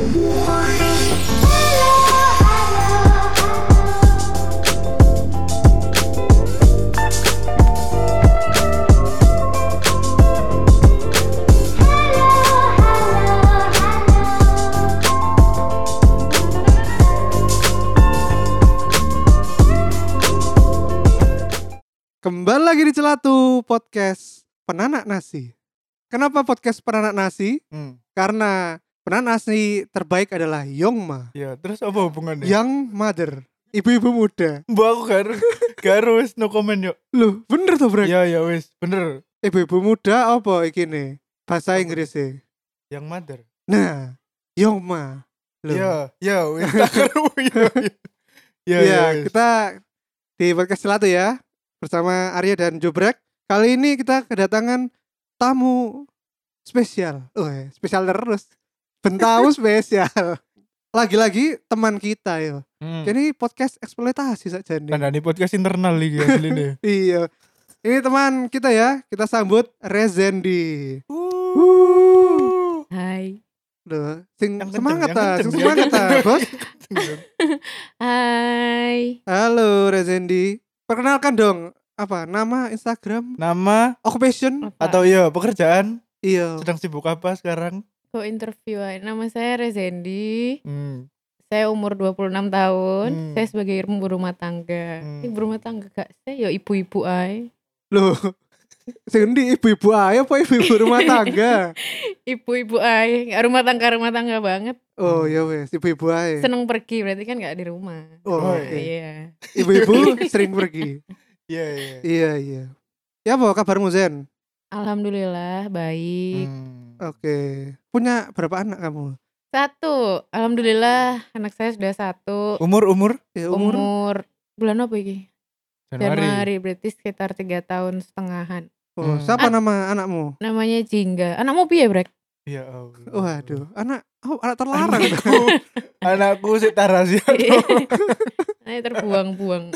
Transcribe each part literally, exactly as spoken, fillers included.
Kembali lagi di Celatu Podcast Penanak Nasi. Kenapa podcast Penanak Nasi? Hmm. Karena penanak nasi terbaik adalah Yongma, Ya, terus apa hubungannya? Young Mother, ibu-ibu muda. Mbak aku gak gak harus no comment yuk. Loh, bener tuh Brek? Ya ya wis, bener. Ibu-ibu muda apa iki nih? Bahasa Apa? Inggris e. Yang mother. Nah, Yongma. Loh. Ya, ya wis. Tak karo, ya, ya. Ya, Ya, ya, wis. kita di podcast Celatu ya bersama Arya dan Jobrek. Kali ini kita kedatangan tamu spesial. Oh, spesial terus. Bentamu spesial. Lagi-lagi teman kita ya. Hmm. Jadi podcast eksploitasi saja nih. Kan ini podcast internal nih asli nih. Iya. Ini teman kita ya. Kita sambut Rezendi. Wuh. Hai. Loh, sing Yang kenceng, semangat yang ta, kenceng, sing yang semangat ta, Bos. Hai. Halo Rezendi. Perkenalkan dong, apa nama Instagram, Nama occupation? Apa? atau ya pekerjaan? Iya. Sedang sibuk apa sekarang? Kok interview aja. Nama saya Rezendi. Hmm. Saya umur dua puluh enam tahun. Hmm. Saya sebagai ibu rumah tangga. Hmm. Ibu rumah tangga gak saya ya ibu-ibu ay. Loh. Sing ndi ibu-ibu ayo apa ibu-ibu rumah tangga? Ibu-ibu ay. Gak rumah tangga rumah tangga banget. Oh, ya wes, ibu-ibu ae. Seneng pergi berarti kan gak di rumah. Oh, Oh, oke. Iya. Ibu-ibu sering pergi. Iya, iya. Iya, iya. Ya apa kabarmu Zen? Alhamdulillah baik. Hmm. Oke. Punya berapa anak kamu? Satu. Alhamdulillah anak saya sudah satu. Umur umur Ya umur. Umur bulan apa ini? Januari. Januari berarti sekitar tiga tahun setengahan. Oh, Hmm. siapa Ah. nama anakmu? Namanya Jingga. Anakmu piye, Brek? Ya Allah. Waduh, anak oh, anak terlarang. Anakku, anakku si Tarasia. Ini terbuang-buang.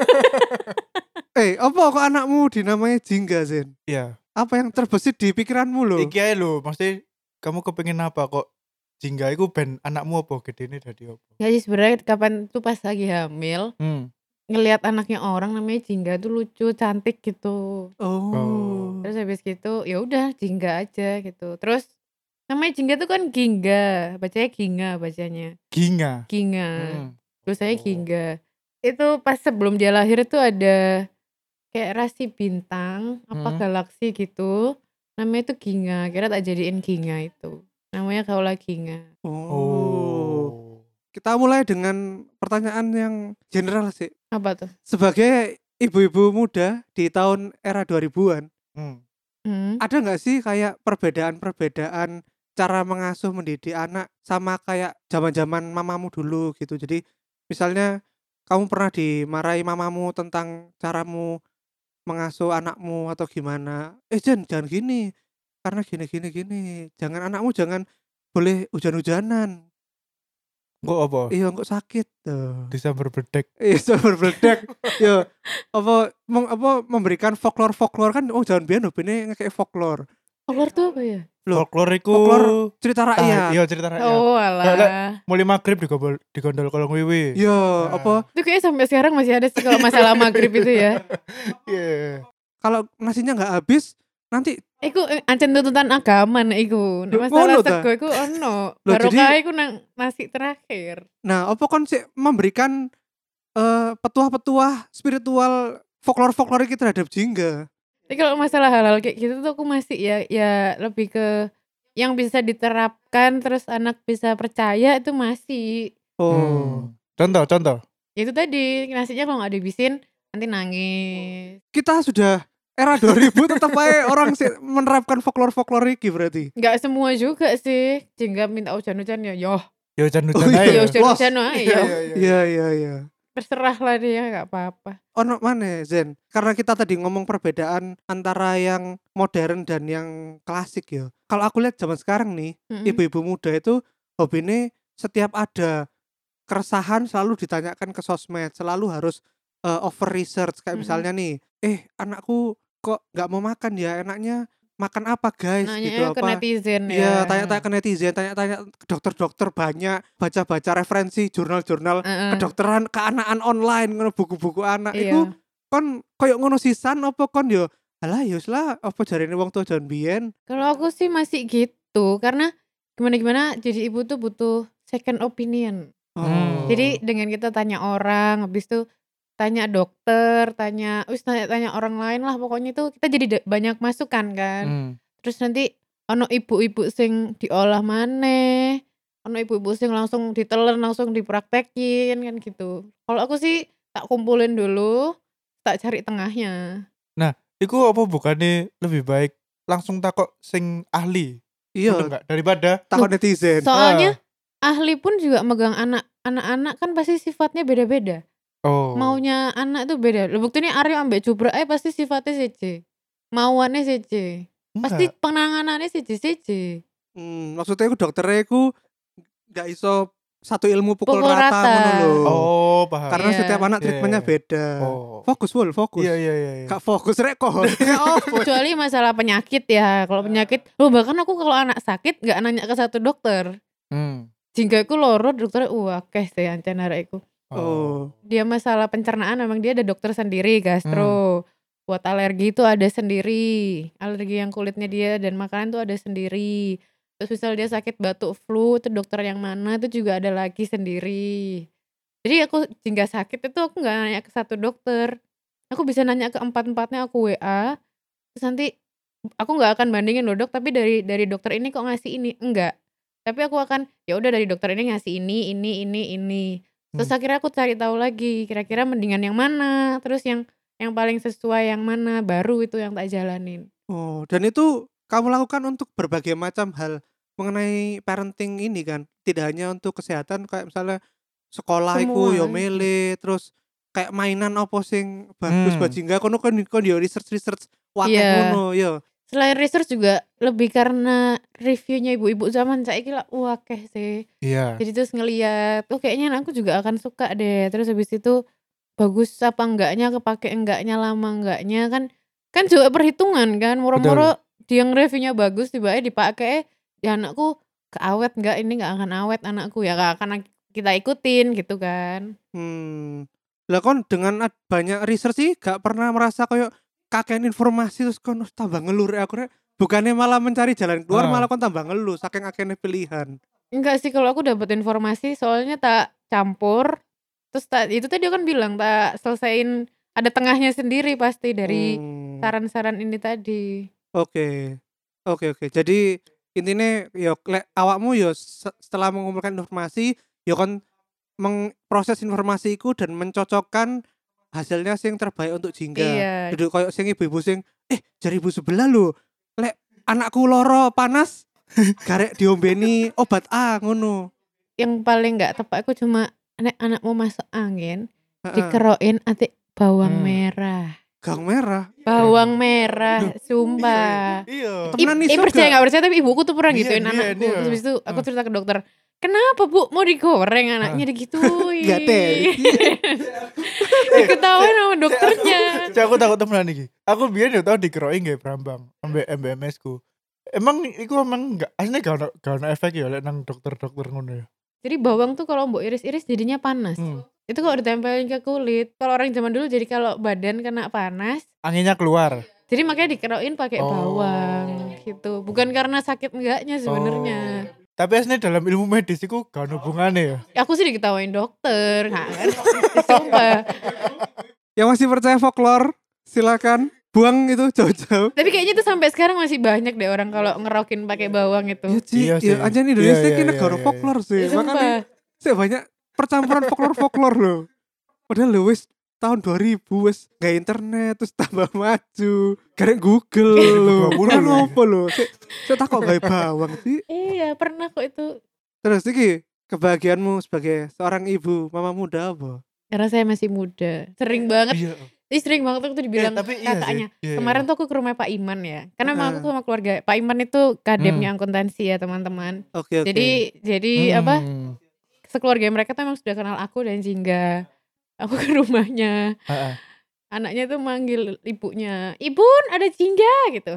Eh, apa kok anakmu dinamai Jingga, Zen? Iya. Apa yang terbesit di pikiranmu loh? Iki ae lho, mesti kamu kepengin apa kok? Jingga iku ben anakmu apa gedene dadi apa? Ya sih sebenarnya kapan tuh pas lagi hamil Hmm. ngelihat anaknya orang namanya Jingga tuh lucu, cantik gitu. Oh. Terus habis gitu ya udah Jingga aja gitu. Terus namanya Jingga tuh kan Gingga, bacanya Ginga bacanya. Ginga. Ginga. Hmm. Terus saya Oh. Gingga. Itu pas sebelum dia lahir tuh ada kayak rasi bintang, apa Hmm. galaksi gitu. Namanya tuh Ginga. Kira tak jadiin Ginga itu. Namanya Kaula Ginga. Oh. Oh. Kita mulai dengan pertanyaan yang general sih. Apa tuh? Sebagai ibu-ibu muda di tahun era dua ribuan, Hmm. Hmm. ada nggak sih kayak perbedaan-perbedaan cara mengasuh mendidik anak sama kayak zaman-zaman mamamu dulu gitu. Jadi misalnya kamu pernah dimarahi mamamu tentang caramu mengasuh anakmu atau gimana? Eh Jen, jangan gini. Karena gini gini gini. Jangan anakmu jangan boleh hujan-hujanan. Kok apa? Iya, kok sakit tuh. Desember bedek. Iya, sumber berdak. Ya, apa meng, apa memberikan folklore-folklore kan oh jangan biar bene ngekek folklore. Folklore tuh apa ya? Loh, Folklore iku folklore cerita Ah, rakyat. iya cerita rakyat. Oh Kayak alah. mulai maghrib digondol digondol kolong wiwi. Iya, Nah. apa Itu kayak sampai sekarang masih ada sih kalau masalah maghrib itu ya. Iya. kalau nasinya nggak habis nanti Iku eh, ancen tuntutan agama nek iku. Nek Loh, masalah ngono ta? sego iku ono. Loh, Barokah jadi- iku nang nasi terakhir. nah apa kon sih memberikan eh, petuah-petuah spiritual folklore-folklore kita terhadap jingga. Tapi kalau masalah hal-hal kayak gitu tuh aku masih ya ya lebih ke yang bisa diterapkan terus anak bisa percaya itu masih. Oh. Hmm. Contoh, contoh. Ya itu tadi nasinya kalau nggak dihabisin nanti nangis. Kita sudah era dua ribu tetap aja orang sih menerapkan folklore-folklore iki berarti. Nggak semua juga sih. Jingga minta hujan-hujan ya yoh. Ya hujan-hujan Oh, aja. iya. Ya hujan-hujan aja Iya, ya. iya, iya. Iya, iya, iya. Terserah lah dia nggak apa-apa. Ono mana Zen? Karena kita tadi ngomong perbedaan antara yang modern dan yang klasik ya. Kalau aku lihat zaman sekarang nih, Mm-mm. ibu-ibu muda itu hobinya setiap ada keresahan selalu ditanyakan ke sosmed, selalu harus uh, over research kayak Mm-mm. misalnya nih, eh anakku kok nggak mau makan ya, enaknya makan apa guys gitu Nanyanya ke apa. netizen Iya, ya. tanya-tanya ke netizen, tanya-tanya ke dokter-dokter banyak, baca-baca referensi jurnal-jurnal Heeh. kedokteran keanakan online ngono buku-buku anak. Iku Iya. kon koyo ngono sisan apa kon yo alah ya wis lah apa jarene wong tua jan biyen. Kalau aku sih masih gitu karena gimana-gimana jadi ibu tuh butuh second opinion. Hmm. Jadi Oh. dengan kita tanya orang, habis itu tanya dokter, tanya wis tanya-tanya orang lain lah pokoknya itu kita jadi da- banyak masukan kan. Hmm. Terus nanti ono ibu-ibu sing diolah maneh, ono ibu-ibu sing langsung ditelen, langsung dipraktekin kan gitu. Kalau aku sih tak kumpulin dulu, tak cari tengahnya. Nah, iku apa bukannya lebih baik langsung takok sing ahli? Bener Iya, enggak? Daripada takon netizen. Soalnya ahli pun juga megang anak. Anak-anak kan pasti sifatnya beda-beda. oh. Maunya anak tuh beda. Lho buktine Aryo ambek Jubra ae pasti sifatnya siji. Mauannya siji. Pasti Enggak. penanganannya siji-siji. Hmm, maksudnya aku dokternya aku nggak iso satu ilmu pukul, Pukul rata, rata. ngono lho. Oh, paham. Karena Iya. setiap anak Iya, treatmentnya iya. beda. Oh. Fokus full, fokus. Iya, iya, iya, iya. Gak fokus rek kok. Ya apa? Kecuali masalah penyakit ya. Kalau penyakit, loh bahkan aku kalau anak sakit gak nanya ke satu dokter. Hmm. Jingga aku loro dokternya wah akeh sih ancen arek iku. Oh. Dia masalah pencernaan memang dia ada dokter sendiri gastro. Buat alergi itu ada sendiri. Alergi yang kulitnya dia dan makanan tuh ada sendiri. Terus misal dia sakit batuk flu itu dokter yang mana itu juga ada lagi sendiri. Jadi aku jingga sakit itu aku nggak nanya ke satu dokter. Aku bisa nanya ke empat-empatnya aku W A. Terus nanti aku nggak akan bandingin loh dok, tapi dari dari dokter ini kok ngasih ini enggak. Tapi aku akan ya udah dari dokter ini ngasih ini ini ini ini. Terus Hmm. akhirnya aku cari tahu lagi kira-kira mendingan yang mana, terus yang yang paling sesuai yang mana, baru itu yang tak jalanin. Oh, dan itu kamu lakukan untuk berbagai macam hal mengenai parenting ini kan? Tidak hanya untuk kesehatan kayak misalnya sekolah iku yo Semua. mele, terus kayak mainan apa sing bagus Hmm. bajingga kono kan kon yo research-research wakeh Iya. ngono yo. Selain research juga lebih karena reviewnya ibu-ibu zaman saiki lah wah akeh sih. Iya. Jadi terus ngeliat, oh kayaknya aku juga akan suka deh. Terus habis itu bagus apa enggaknya, kepake enggaknya, lama enggaknya kan kan juga perhitungan kan. Moro-moro dia reviewnya bagus tiba-tiba dipake ya anakku keawet enggak, ini enggak akan awet anakku ya enggak akan kita ikutin gitu kan. Hmm. Lah kon dengan ad- banyak research sih gak pernah merasa kayak kakean informasi terus kon "Wah, tambah ngelur ya aku rek." Bukannya malah mencari jalan keluar, Ah. malah kon tambah ngeluh saking akehnya pilihan. Enggak sih kalau aku dapat informasi soalnya tak campur. Terus tak itu tadi kan bilang tak selesaiin ada tengahnya sendiri pasti dari Hmm. saran-saran ini tadi. Oke. Oke oke. Jadi intinya yo lek awakmu yo se- setelah mengumpulkan informasi yo kon mengproses informasiku dan mencocokkan hasilnya sing terbaik untuk Jingga. Iya. Duduk koyo sing ibu-ibu sing eh jari ibu sebelah lho. Lek anakku loro panas garek diombeni obat A ngono. Yang paling enggak tepat aku cuma nek anakmu masuk angin Heeh. dikerokin atik bawang Hmm. merah. Gang merah. Bawang merah, sumpah. Iya. Temenan I, iso i percaya gak? nggak percaya tapi ibuku tuh pernah Iya, gituin iya, anakku. iya. Terus habis itu aku Ah. cerita ke dokter. Kenapa bu mau digoreng anaknya digituin? Gak deh. Diketawain sama dokternya. Cak aku takut temenan iki. Aku biyen yo tau dikeroki nggih Brambang ambek M B M S ku. Emang iku emang enggak asline gak ono gak ono efek ya lek nang dokter-dokter ngono ya. Jadi bawang tuh kalau mbok iris-iris jadinya panas. Hmm. Itu kalau ditempelin ke kulit. Kalau orang zaman dulu jadi kalau badan kena panas, Anginnya keluar. jadi makanya dikerokin pakai Oh. bawang gitu. Bukan karena sakit enggaknya sebenarnya. Oh. Tapi asline dalam ilmu medis iku gak ono hubungane ya. Aku sih diketawain dokter, nggak kan? Sumpah. Yang masih percaya folklore silakan buang itu jauh-jauh. Tapi kayaknya itu sampai sekarang masih banyak deh orang kalau ngerokin pakai bawang itu. Ya Ci, Iya ya sih. aja Indonesia Iya, ini iya, negara iya, iya. folklore sih. Ya, Makanya sumpah. saya banyak percampuran folklore-folklore loh. Padahal lu wis tahun dua ribu wis gak internet terus tambah maju. Garek Google lho. dua puluh Kan loh. apa lho? Saya takut gawe bawang sih. Iya, pernah kok itu. Terus iki kebahagiaanmu sebagai seorang ibu, mama muda apa? Karena saya masih muda. Sering banget. Iya. Ih, sering banget waktu itu dibilang Eh, tapi iya kakaknya. sih. Iya, Kemarin iya. tuh aku ke rumah Pak Iman ya. Karena emang Heeh. aku sama keluarga. Pak Iman itu kadepnya Hmm. akuntansi ya teman-teman. Oke oke. Jadi jadi apa? Hmm. Sekeluarga mereka tuh emang sudah kenal aku dan Jingga. Aku ke rumahnya. Heeh. Anaknya tuh manggil ibunya, "Ibun, ada Jingga," gitu.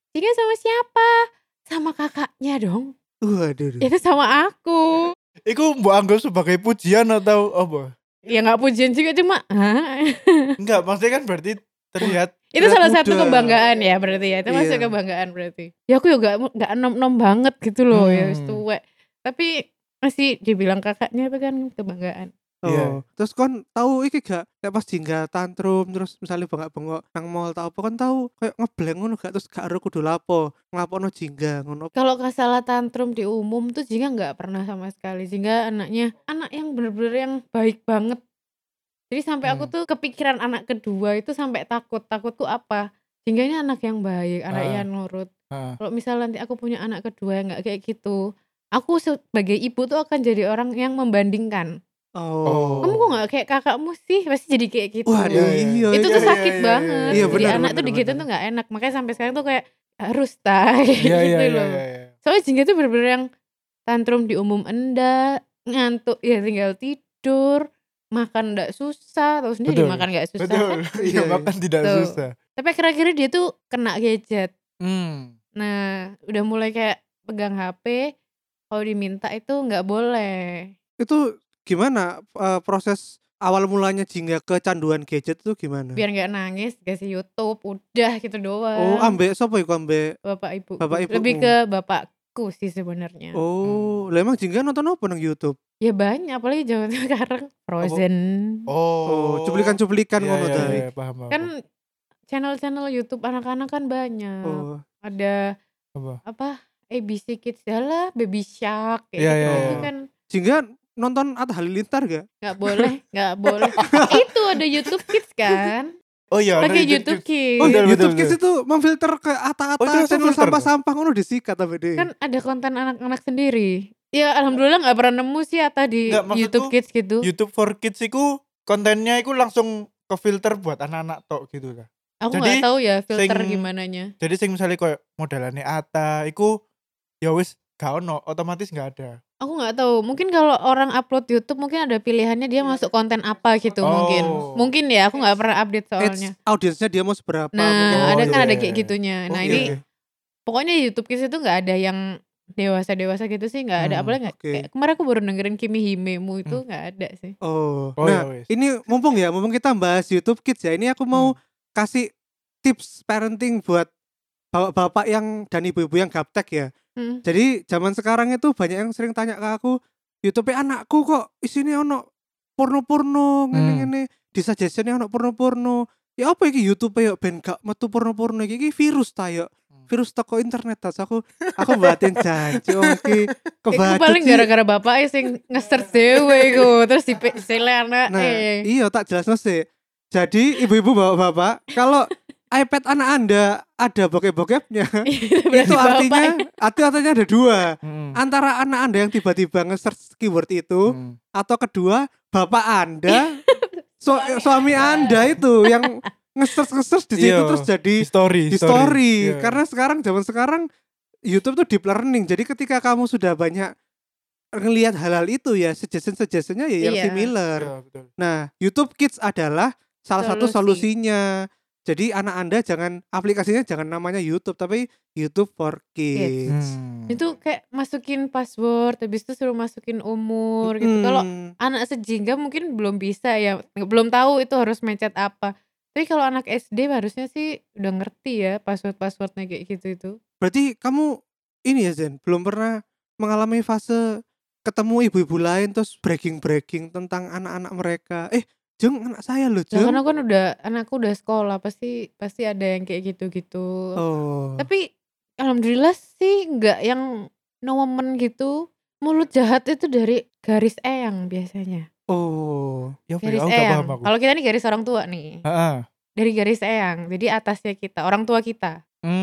Jingga sama siapa? Sama kakaknya dong. Waduh. Itu sama aku. Iku mbok anggap sebagai pujian atau apa? Ya nggak pujian juga cuma hah? Enggak, maksudnya kan berarti terlihat Itu Terlihat salah satu muda. kebanggaan ya berarti ya. Itu masuk Iya. kebanggaan berarti. Ya aku juga nggak enom-enom banget gitu loh ya wis Hmm. tuwek. Tapi masih dibilang kakaknya itu kan kebanggaan. Oh, Iya. terus kon tahu iki gak kayak pas Jingga tantrum terus misalnya bengak-bengok nang mall tau apa kan tahu kayak ngeblank ngono gak terus gak ero kudu lapo nglapono Jingga ngono. Kalau masalah tantrum di umum tuh Jingga nggak pernah sama sekali. Jingga anaknya anak yang bener-bener yang baik banget. Jadi sampai aku Hmm. tuh kepikiran anak kedua itu sampai takut. Takutku apa? Jingga ini anak yang baik, anak Ah. yang nurut. Heeh. Kalau misal nanti aku punya anak kedua yang nggak kayak gitu, aku sebagai ibu tuh akan jadi orang yang membandingkan. Oh. Kamu kok nggak kayak kakakmu sih? Pasti jadi kayak gitu. Waduh, Iya, iya. iya. Itu iya. tuh iya, sakit iya, banget. iya, Jadi benar, anak benar, tuh digituin benar. tuh nggak enak. Makanya sampai sekarang tuh kayak harus tay Iya, iya, gitu iya, loh. iya, iya. Soalnya Jingga tuh bener-bener yang tantrum di umum enggak, ngantuk ya tinggal tidur, makan nggak susah, tahu sendiri Betul. makan nggak susah Betul. kan. Iya, Iya, iya. makan tidak Tuh. susah. Tapi akhir-akhir ini dia tuh kena gadget. Hmm. Nah udah mulai kayak pegang H P, kalau diminta itu nggak boleh. Itu gimana eh, proses awal mulanya Jingga kecanduan gadget itu gimana? Biar nggak nangis kasih YouTube udah gitu doang. Oh, ambek sapa iku ambek Bapak ibu. bapak Lebih ibumu? ke bapakku sih sebenarnya. Oh, lah emang Jingga nonton apa nang YouTube? Ya banyak apalagi zaman sekarang Frozen. Oh. Oh, cuplikan-cuplikan Iya, ngono iya, ta. iya, paham, paham. Kan channel-channel YouTube anak-anak kan banyak. Oh, Ada apa? apa? A B C Kids lah, Baby Shark kayak Iya, gitu. iya, Itu iya. kan Jingga nonton Atta Halilintar gak? nggak boleh, nggak boleh. Itu ada YouTube Kids kan? Oh iya, Pakai ada YouTube Kids. Oh, Betul, YouTube betul, Kids itu memfilter ke Atta-Atta Oh, itu langsung channel filter, sampah-sampah ngono disikat tapi deh. Kan ada konten anak-anak sendiri. Ya alhamdulillah nggak pernah nemu sih Atta di Nggak, maksudku YouTube Kids gitu. YouTube for Kids iku kontennya iku langsung ke filter buat anak-anak tok gitu lah. Aku Jadi, nggak tahu ya filter sing- gimananya. Jadi sing misalnya koyo modelannya Atta iku ya wis gak ono, otomatis gak ada. Aku nggak tahu. Mungkin kalau orang upload YouTube mungkin ada pilihannya dia masuk konten apa gitu Oh. mungkin. Mungkin ya. Aku nggak pernah update Edge soalnya. audiensnya dia mau seberapa Nah, mungkin. Oh, ada kan iya, ada iya, kayak iya. gitunya. Nah, Oke, ini oke. pokoknya YouTube Kids itu nggak ada yang dewasa-dewasa gitu sih nggak ada. Hmm, Apalagi nggak oke. kayak kemarin aku baru dengerin Kimi Himemu itu nggak ada sih. Oh, Oh, nah ya wis. ini mumpung ya, mumpung kita bahas YouTube Kids ya, ini aku mau Hmm. kasih tips parenting buat bapak-bapak yang dan ibu-ibu yang gaptek ya. Hmm. Jadi zaman sekarang itu banyak yang sering tanya ke aku, YouTube anakku kok isinya ono porno-porno ngene-ngene, di suggestion-nya ono porno-porno. Ya apa iki YouTube ya ben gak metu porno-porno iki, iki virus ta ya. Virus toko internet tas aku aku batin janji oh iki Iku kebacut paling sih. gara-gara bapaknya sing nge-search dewe iku terus dipixel anak Nah, eh. iya tak jelasno sih. Jadi ibu-ibu bapak-bapak, kalau iPad anak Anda ada bokep-bokepnya, itu artinya arti artinya ada dua. Hmm. Antara anak Anda yang tiba-tiba nge-search keyword itu Hmm. atau kedua bapak Anda su- suami Anda itu yang nge-search nge-search di situ Iya, terus jadi di story, di story. Iya. Karena sekarang zaman sekarang YouTube tuh deep learning. Jadi ketika kamu sudah banyak ngelihat hal-hal itu ya suggestion-suggestionnya ya yang Iya. similar. Iya, betul. Nah, YouTube Kids adalah salah satu Solusi. solusinya. Jadi anak Anda jangan aplikasinya jangan namanya YouTube tapi YouTube for Kids. Hmm. Itu kayak masukin password habis itu suruh masukin umur gitu. Kalau Hmm. anak sejingga mungkin belum bisa ya, belum tahu itu harus mencet apa. Tapi kalau anak S D harusnya sih udah ngerti ya password-passwordnya kayak gitu itu. Berarti kamu ini ya Zen, belum pernah mengalami fase ketemu ibu-ibu lain terus bragging-bragging tentang anak-anak mereka. Eh, Jeng anak saya loh, Lah Jeng. karena kan udah anakku udah sekolah pasti pasti ada yang kayak gitu-gitu. Oh. Tapi alhamdulillah sih nggak yang no woman gitu. Mulut jahat itu dari garis eyang biasanya. Oh. Ya, apa ya? Garis Aku gak eyang. paham aku. Kalau kita nih garis orang tua nih. Heeh. Dari garis eyang. Jadi atasnya kita, orang tua kita.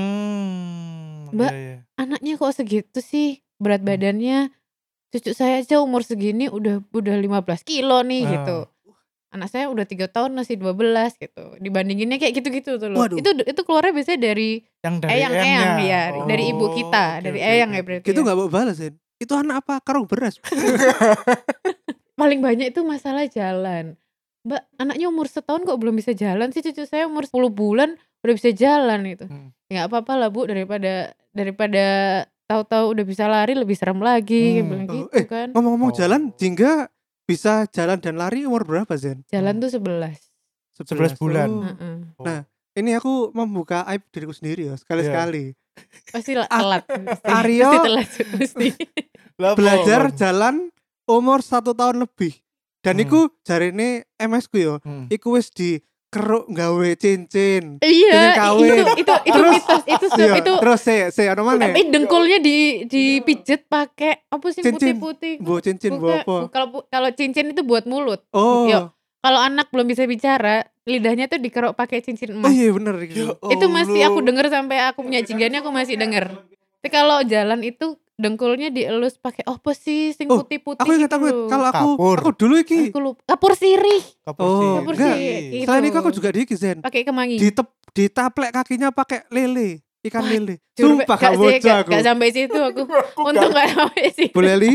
Hmm. Mbak, iya, iya. Anaknya kok segitu sih berat Hmm. badannya. Cucu saya aja umur segini udah udah lima belas kilo nih Ah. gitu. Anak saya udah tiga tahun masih dua belas gitu. Dibandinginnya kayak gitu-gitu tuh loh. Waduh. Itu itu keluarnya biasanya dari Yang dari eyang-eyang eyangnya. ya, dari ibu Oh, kita, oke, dari oke, eyang oke. ya berarti. Gitu ya. nggak mau balas Zen. Itu anak apa? Karung beras. Paling banyak itu masalah jalan. Mbak, anaknya umur setahun kok belum bisa jalan sih, cucu saya umur sepuluh bulan udah bisa jalan gitu. Hmm. Ya nggak apa-apa lah Bu, daripada daripada tahu-tahu udah bisa lari lebih serem lagi, Hmm. bilang Oh, gitu eh kan. ngomong-ngomong Oh. jalan, Jingga bisa jalan dan lari umur berapa Zen? Jalan Hmm. tuh sebelas. sebelas bulan. Oh. Heeh. Nah, ini aku membuka aib diriku sendiri ya, sekali-sekali. Pasti la- Ah, telat mesti. Aryo Mesti telat mesti. Lah, Belajar apa, jalan umur satu tahun lebih. Dan Hmm. iku jarine M S ku yo, Hmm. iku wis dikeruk gawe cincin. Iya, Cincin K W. itu itu itu Terus- mitos, itu Sob, Iya, itu terus se se ano maneh? tapi dengkulnya di dipijet pakai apa sih Cincin. putih-putih. Bu cincin bu Bukan- apa? bu- Kalau bu- kalau cincin itu buat mulut. Oh. Yuk. Kalau anak belum bisa bicara, lidahnya tuh dikerok pakai cincin Oh emas. iya bener Ya gitu. Itu masih aku Allah. denger sampai aku punya jingganya aku masih denger. Tapi kalau jalan itu dengkulnya dielus pakai apa sih sing Oh, putih-putih Aku ingat gitu aku ingat. loh. kalau aku Kapur. aku dulu iki. Aku lupa. Kapur sirih Kapur Oh, sih. Kapur enggak. sirih, gitu. Selain itu aku juga di iki Zen. pakai kemangi. Ditep ditaplek kakinya pakai lele, ikan Wah, lele. Jujur, Sumpah gak gak sih, bocah gak, aku. gak sampai situ aku. Aku Untung gak- gak sampai situ. Bu Leli,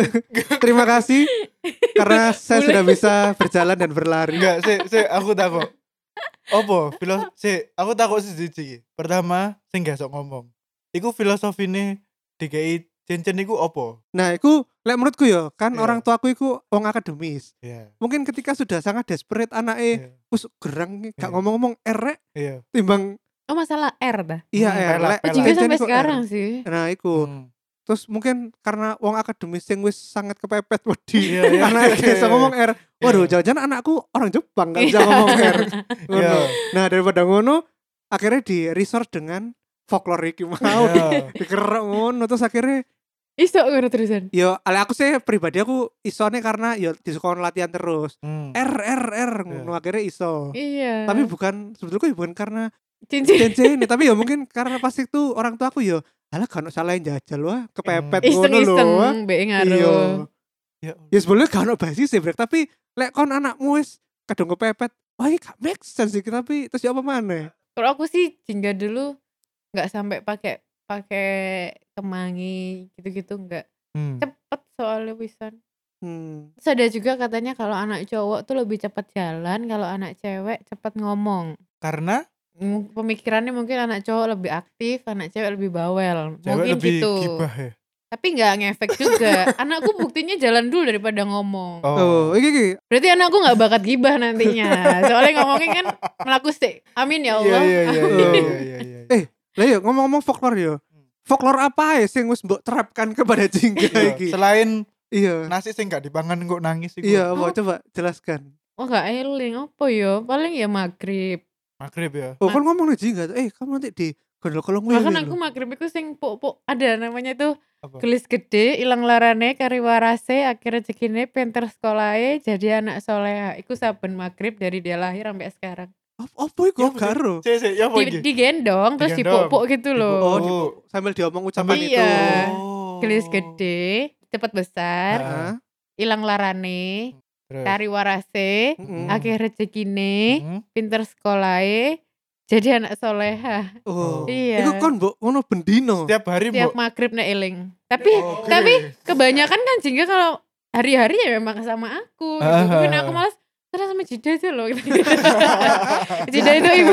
terima kasih karena saya Bu sudah bisa berjalan dan berlari. Enggak, sih, sih aku takut. Apa? Filos sih, aku takut siji. Pertama, sing gak sok ngomong. Iku filosofine dikei cincin iku apa? Nah, itu lek menurutku ya, kan Iya. orang tuaku iku wong akademis. Iya. Mungkin ketika sudah sangat desperate anake Iya. wis gerang gak Iya. ngomong-ngomong erek Iya. timbang Oh masalah R dah. iya Hmm, er. pelak, lek Oh pelak. juga cincin sampai iku sekarang er. sih. Nah, iku. Hmm. Terus mungkin karena wong akademis sing wis sangat kepepet wedi. Iya, iya. Karena bisa ngomong R. Waduh, Iya. jangan-jangan anakku orang Jepang gak bisa ngomong R. Ngono. Iya. Nah, daripada ngono akhirnya di resort dengan folklore iki mau Iya. dikerok ngono terus akhirnya Iso ngono terusan. yo ale aku sih pribadi aku isone karena yo di sekolah latihan terus. Hmm. R R R ngono akhirnya iso. Iya. Tapi bukan sebetulnya bukan karena cincin. cincin ini, tapi ya mungkin karena pas itu orang tua aku yo alah kan salahin jajal wah kepepet ngono lho. Iseng-iseng wah. mbek Iya. ngaruh. Ya, Ya sebenarnya gak ono basis sih, Brek, tapi lek kon anakmu wis kadung kepepet, wah ini gak make sense sih, tapi terus ya apa maneh? Kalau aku sih jingga dulu nggak sampai pakai pakai kemangi gitu-gitu nggak. hmm. Cepet soalnya pisan. Hmm. Terus ada juga katanya kalau anak cowok tuh lebih cepat jalan, kalau anak cewek cepat ngomong. Karena M- Pemikirannya mungkin anak cowok lebih aktif, anak cewek lebih bawel. cewek Mungkin lebih gitu. gibah ya. Tapi nggak ngefek juga. Anakku buktinya jalan dulu daripada ngomong. Oh, iki iki. Berarti anakku nggak bakat gibah nantinya. Soalnya ngomongnya kan melaku sih. Amin ya Iya, Allah. iya, iya, Amin. iya, iya, iya, iya. Eh, lah yo ngomong-ngomong folklore yo. Folklore apa ya sing wis mbok terapkan kepada Jingga Iya, iki? Selain Iya. nasi sing gak dipangan kok nangis iku. Iya, apa coba jelaskan. Oh nggak eling apa yo? Paling ya maghrib. Maghrib ya. Oh, kan ngomong nih Jingga. Eh, kamu nanti di gondol-kolong wewe. Bahkan aku lho. maghrib itu sing pok-pok ada namanya tuh Apa? gelis gede, ilang larane, kari warase, akhir rezekine, pinter sekolahe, jadi anak soleha. Iku saben maghrib dari dia lahir sampai sekarang. Apa apa iku Ya, gak ero? Cek, cek, ya apa Di, iki? digendong terus Digendong. dipok-pok gitu loh. Oh, Oh. di- sambil diomong ucapan Iya. itu. Oh. Gelis gede, cepet besar, Nah. Hah? ilang larane, Terus. kari warase, Mm-mm. akhir rezekine, Hmm. pinter sekolahe, jadi anak soleha. Oh. Iya. Iku kon mbok ngono bendino. Setiap hari Tiap mbok. maghrib nek eling. Tapi Oke. tapi kebanyakan kan Jingga kalau hari-hari ya memang sama aku gitu. Ah. Tapi nek aku malas karena sama Jida aja loh gitu. Jida itu ibu.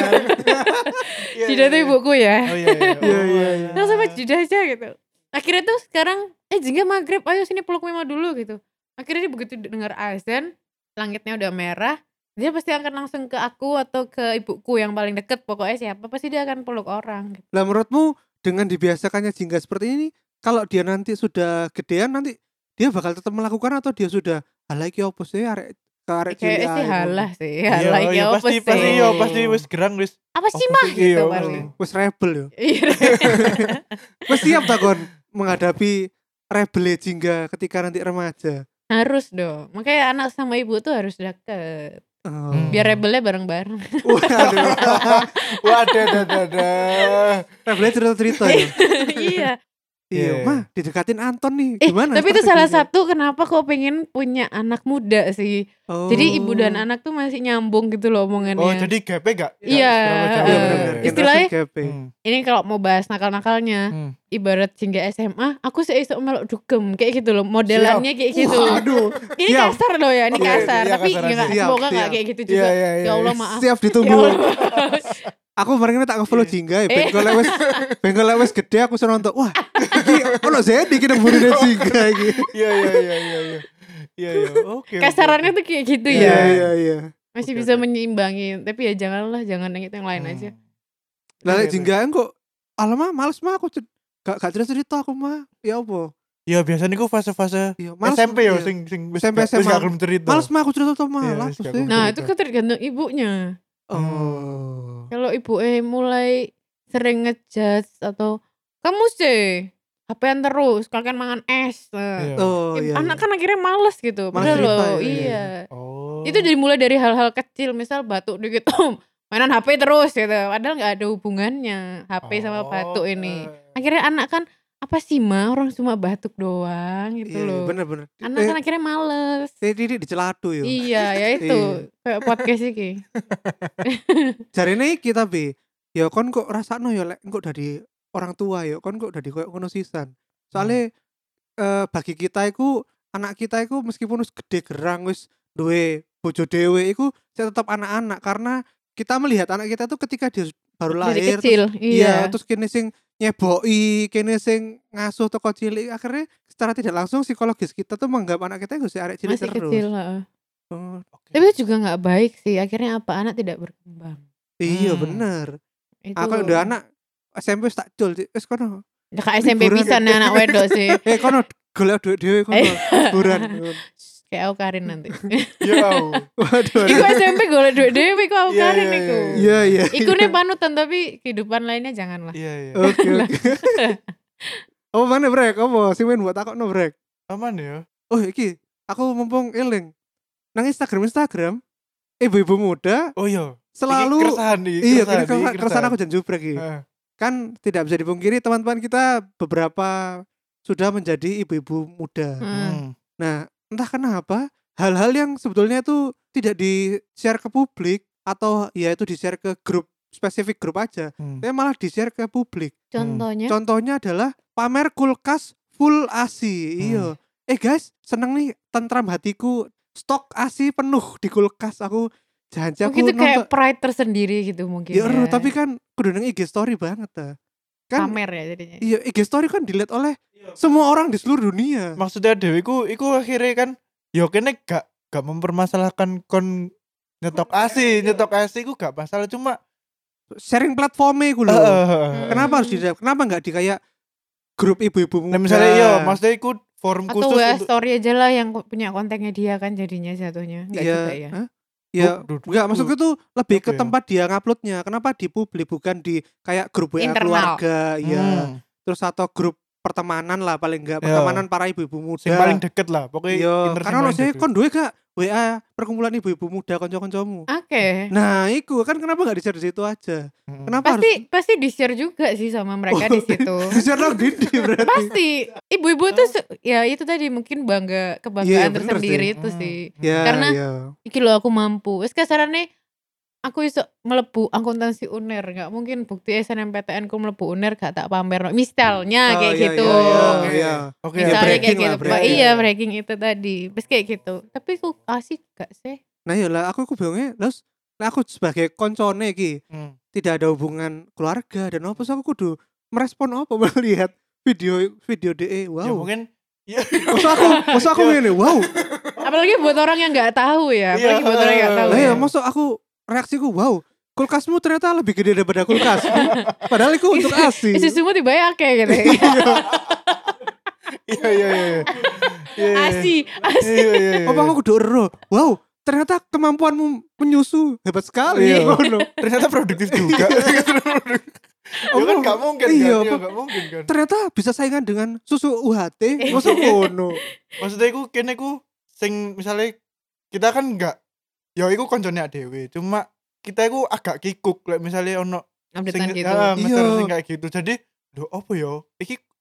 Iya, Jida iya, itu iya. ibuku ya. Oh iya iya. Iya, iya, iya. Nah sama Jida aja gitu. Akhirnya tuh sekarang eh Jingga maghrib ayo sini peluk mama dulu gitu. Akhirnya dia begitu dengar azan, langitnya udah merah, dia pasti akan langsung ke aku atau ke ibuku yang paling deket. Pokoknya siapa pasti dia akan peluk orang gitu. Lah menurutmu dengan dibiasakannya Jingga seperti ini, kalau dia nanti sudah gedean nanti dia bakal tetap melakukan atau dia sudah halah iki opo sih arek ke arek Kayaknya cilik sih ae halah ngono. sih. Iya, Halah iki iya, apa pasti sih? pasti yo pasti wis gerang wis. Apa sih Apa mah sih? gitu Iya, paling. Wis rebel yo. Iya. Wis siap ta kon menghadapi rebel Jingga ketika nanti remaja. Harus dong. Makanya anak sama ibu tuh harus deket. Oh. Hmm. Biar rebelnya bareng-bareng. Waduh. Waduh, dadah, dadah. Rebelnya cerita-cerita ya. Iya. Iya, Iya. mah didekatin Anton nih. Eh, Gimana? tapi itu salah strateginya? satu kenapa kok pengen punya anak muda sih. Oh. Jadi ibu dan anak tuh masih nyambung gitu loh omongannya. Oh, jadi gapnya gak Iya, seberapa jauh. Iya eh, benar-benar. istilahnya- Generation gap. Hmm. Ini kalau mau bahas nakal-nakalnya, Hmm. ibarat jingga S M A, aku sih esok melok dugem kayak gitu loh, modelannya kayak gitu. Waduh. Ini siap. kasar loh ya, ini Oke, kasar, iya, tapi kasar ya aja. nggak- Siap, semoga nggak siap. kayak gitu Iya, juga. iya, iya. Ya Allah maaf. Siap Ya ditunggu. Allah. Aku kemarin tak nge-follow Jingga ya, ben Eh. kok lek wis ben kok lek wis gede aku seneng nonton. Wah, iki ono Zedi ki nang burine Jingga iki. Iya, iya, iya, iya, iya. Iya, iya. Oke. oke, Kasarannya oke. tuh kayak gitu Iya ya. iya iya. Masih Oke, bisa oke. menyeimbangin, tapi ya janganlah, jangan yang itu yang lain Hmm. aja. Lah Iya, lek iya. Jingga kok alamak males mah aku cer- gak gak cerita-cerita aku mah. Ya apa? Iya, biasanya ku fase-fase Iya, S M P ya iya. sing sing wis S M P, gak- wis S M A. gak gelem cerita. Males mah aku cerita tuh Iya, mah. wis Lapus gak deh. aku Nah, cerita. itu kan tergantung ibunya. Oh. Kalau ibu eh mulai sering ngejudge atau kamu sih H P-an terus, kalian mangan es. Nah, Iya. Oh ya, iya. anak iya. kan akhirnya males gitu. Males Padahal cerita loh, ya, iya, iya. Oh. Itu dari mulai dari hal-hal kecil, misal batuk dikit, mainan H P terus gitu. Padahal nggak ada hubungannya H P sama batuk ini. eh. Akhirnya anak kan apa sih mah orang cuma batuk doang gitu Iya, iya, loh. bener-bener. Anak Eh, kan akhirnya males. eh, Didi diceladu yo. Iya, ya itu kayak podcast iki. Jarine iki tapi ya kon kok rasakno ya lek engko dari orang tua ya kon kok dari koyo ngono sisan. Soale eh, bagi kita iku anak kita iku meskipun wis gede gerang wis duwe bojo dhewe iku saya tetap anak-anak karena kita melihat anak kita tuh ketika dia baru Dari lahir kecil, terus, iya. terus kene sing nyeboki, kene sing ngasuh toko cilik akhirnya secara tidak langsung psikologis kita tuh menganggap anak kita iku si arek cilik Masih terus. kecil, heeh. Oh, Oke. Tapi itu juga nggak baik sih. Akhirnya apa anak tidak berkembang. iya Hmm. bener. Itu Aku udah anak S M P wis tak jul wis kono. ya kayak S M P liburan. bisa nih anak wedok sih. Eh kono golek duit dhewe kono. Eh. Liburan. Kayak aku Karin nanti. Ya. Waduh. Iku S M P golek duit dhewe iku aku Iya, Karin iya, iku. Iya iya. Iku nih panutan tapi kehidupan lainnya janganlah. Iya, iya. Oke oke. Oh mana brek? Apa sing main buat takokno brek? Aman ya? Oh iki aku mumpung eling nang Instagram Instagram ibu-ibu muda Oh iya. selalu Iki keresahan nih, iya keresahan, keresahan, iki keresahan aku janji brek iki. Heeh. Kan tidak bisa dipungkiri teman-teman kita beberapa sudah menjadi ibu-ibu muda. Hmm. Hmm. Nah, entah kenapa hal-hal yang sebetulnya itu tidak di-share ke publik atau ya itu di-share ke grup spesifik grup aja, Hmm. tapi malah di-share ke publik. Contohnya Contohnya adalah pamer kulkas full A C. Iya. Eh guys, seneng nih tentram hatiku. Stok A C penuh di kulkas aku. Janji aku mungkin itu kayak nonton. pride tersendiri gitu mungkin. Ya, Ya, ero, tapi kan kudu nang I G story banget ta. Kan pamer ya jadinya. iya I G story kan dilihat oleh semua orang di seluruh dunia. Maksudnya Dewi ku iku akhirnya kan yo kene gak gak mempermasalahkan kon nyetok A C, nyetok A C ku gak masalah cuma Sharing platformnya iku lho. Heeh. Kenapa harus di kenapa enggak di kayak grup ibu-ibu muda? Nah, misalnya iya, maksudnya iku forum Atau khusus W A untuk story aja lah yang punya kontennya dia kan jadinya jatuhnya. Enggak Iya, juga ya. hah? Ya, Duh, duh, enggak duh. maksudku tuh lebih ke Oke. tempat dia nguploadnya. Kenapa di publik bukan di kayak grup W A Internal. keluarga, ya. Hmm. Terus atau grup pertemanan lah paling enggak, Iya. pertemanan para ibu-ibu muda. Sing paling deket lah, pokoknya Iya, inner sing karena ono paling sih deket. kon duwe gak W A perkumpulan ibu-ibu muda kanca-kancamu. Oke. Nah, iku kan kenapa enggak di-share di situ aja? Hmm. Kenapa Pasti harus pasti di-share juga sih sama mereka Oh, di situ. di-share nang Didi berarti? Pasti ibu-ibu tuh se- ya itu tadi mungkin bangga kebanggaan Iya, bener tersendiri sih. itu Hmm. sih. Ya, Karena ya. Iki lo aku mampu. Wes kasarane aku iso melebu akuntansi U N E R, nggak mungkin bukti S N M P T N ku melebu U N E R gak tak pamer. Misalnya Oh, kayak iya, gitu. iya, iya, Oke. iya. Oke. Ya, Misalnya breaking kayak lah, gitu. Pak. breaking. Iya breaking itu tadi. Terus kayak gitu. Tapi aku asik gak sih? Nah, ya lah aku aku bingungnya, terus nah aku sebagai koncone iki Hmm. tidak ada hubungan keluarga dan apa terus aku kudu merespon apa melihat video video DE. Ya Wow. mungkin ya Maksud aku, maksud aku ngene, wow. Apalagi buat orang yang nggak tahu ya. Apalagi Iya. buat orang yang nggak tahu. Lah ya. ya maksud aku reaksiku, wow. Kulkasmu ternyata lebih gede daripada kulkas. Padahal itu untuk A C. Isi semua tiba ya kayak gitu. iya iya iya. Iya, iya. Asi, asi. Iya iya iya. Apa aku kudu ero? Wow, ternyata kemampuanmu menyusu hebat sekali. Iya. Ngono. Ternyata produktif juga. Ya kan gak mungkin kan? Iya, Iya, apa- gak mungkin kan. Ternyata bisa saingan dengan susu U H T. Maksud ngono. Maksudnya iku kene ku sing misalnya kita kan enggak ya iku koncone dhewe, cuma kita iku agak kikuk like misalnya ono Updatean sing gitu. ah, nge-share Iya. sing kayak gitu. Jadi lho apa ya? Iki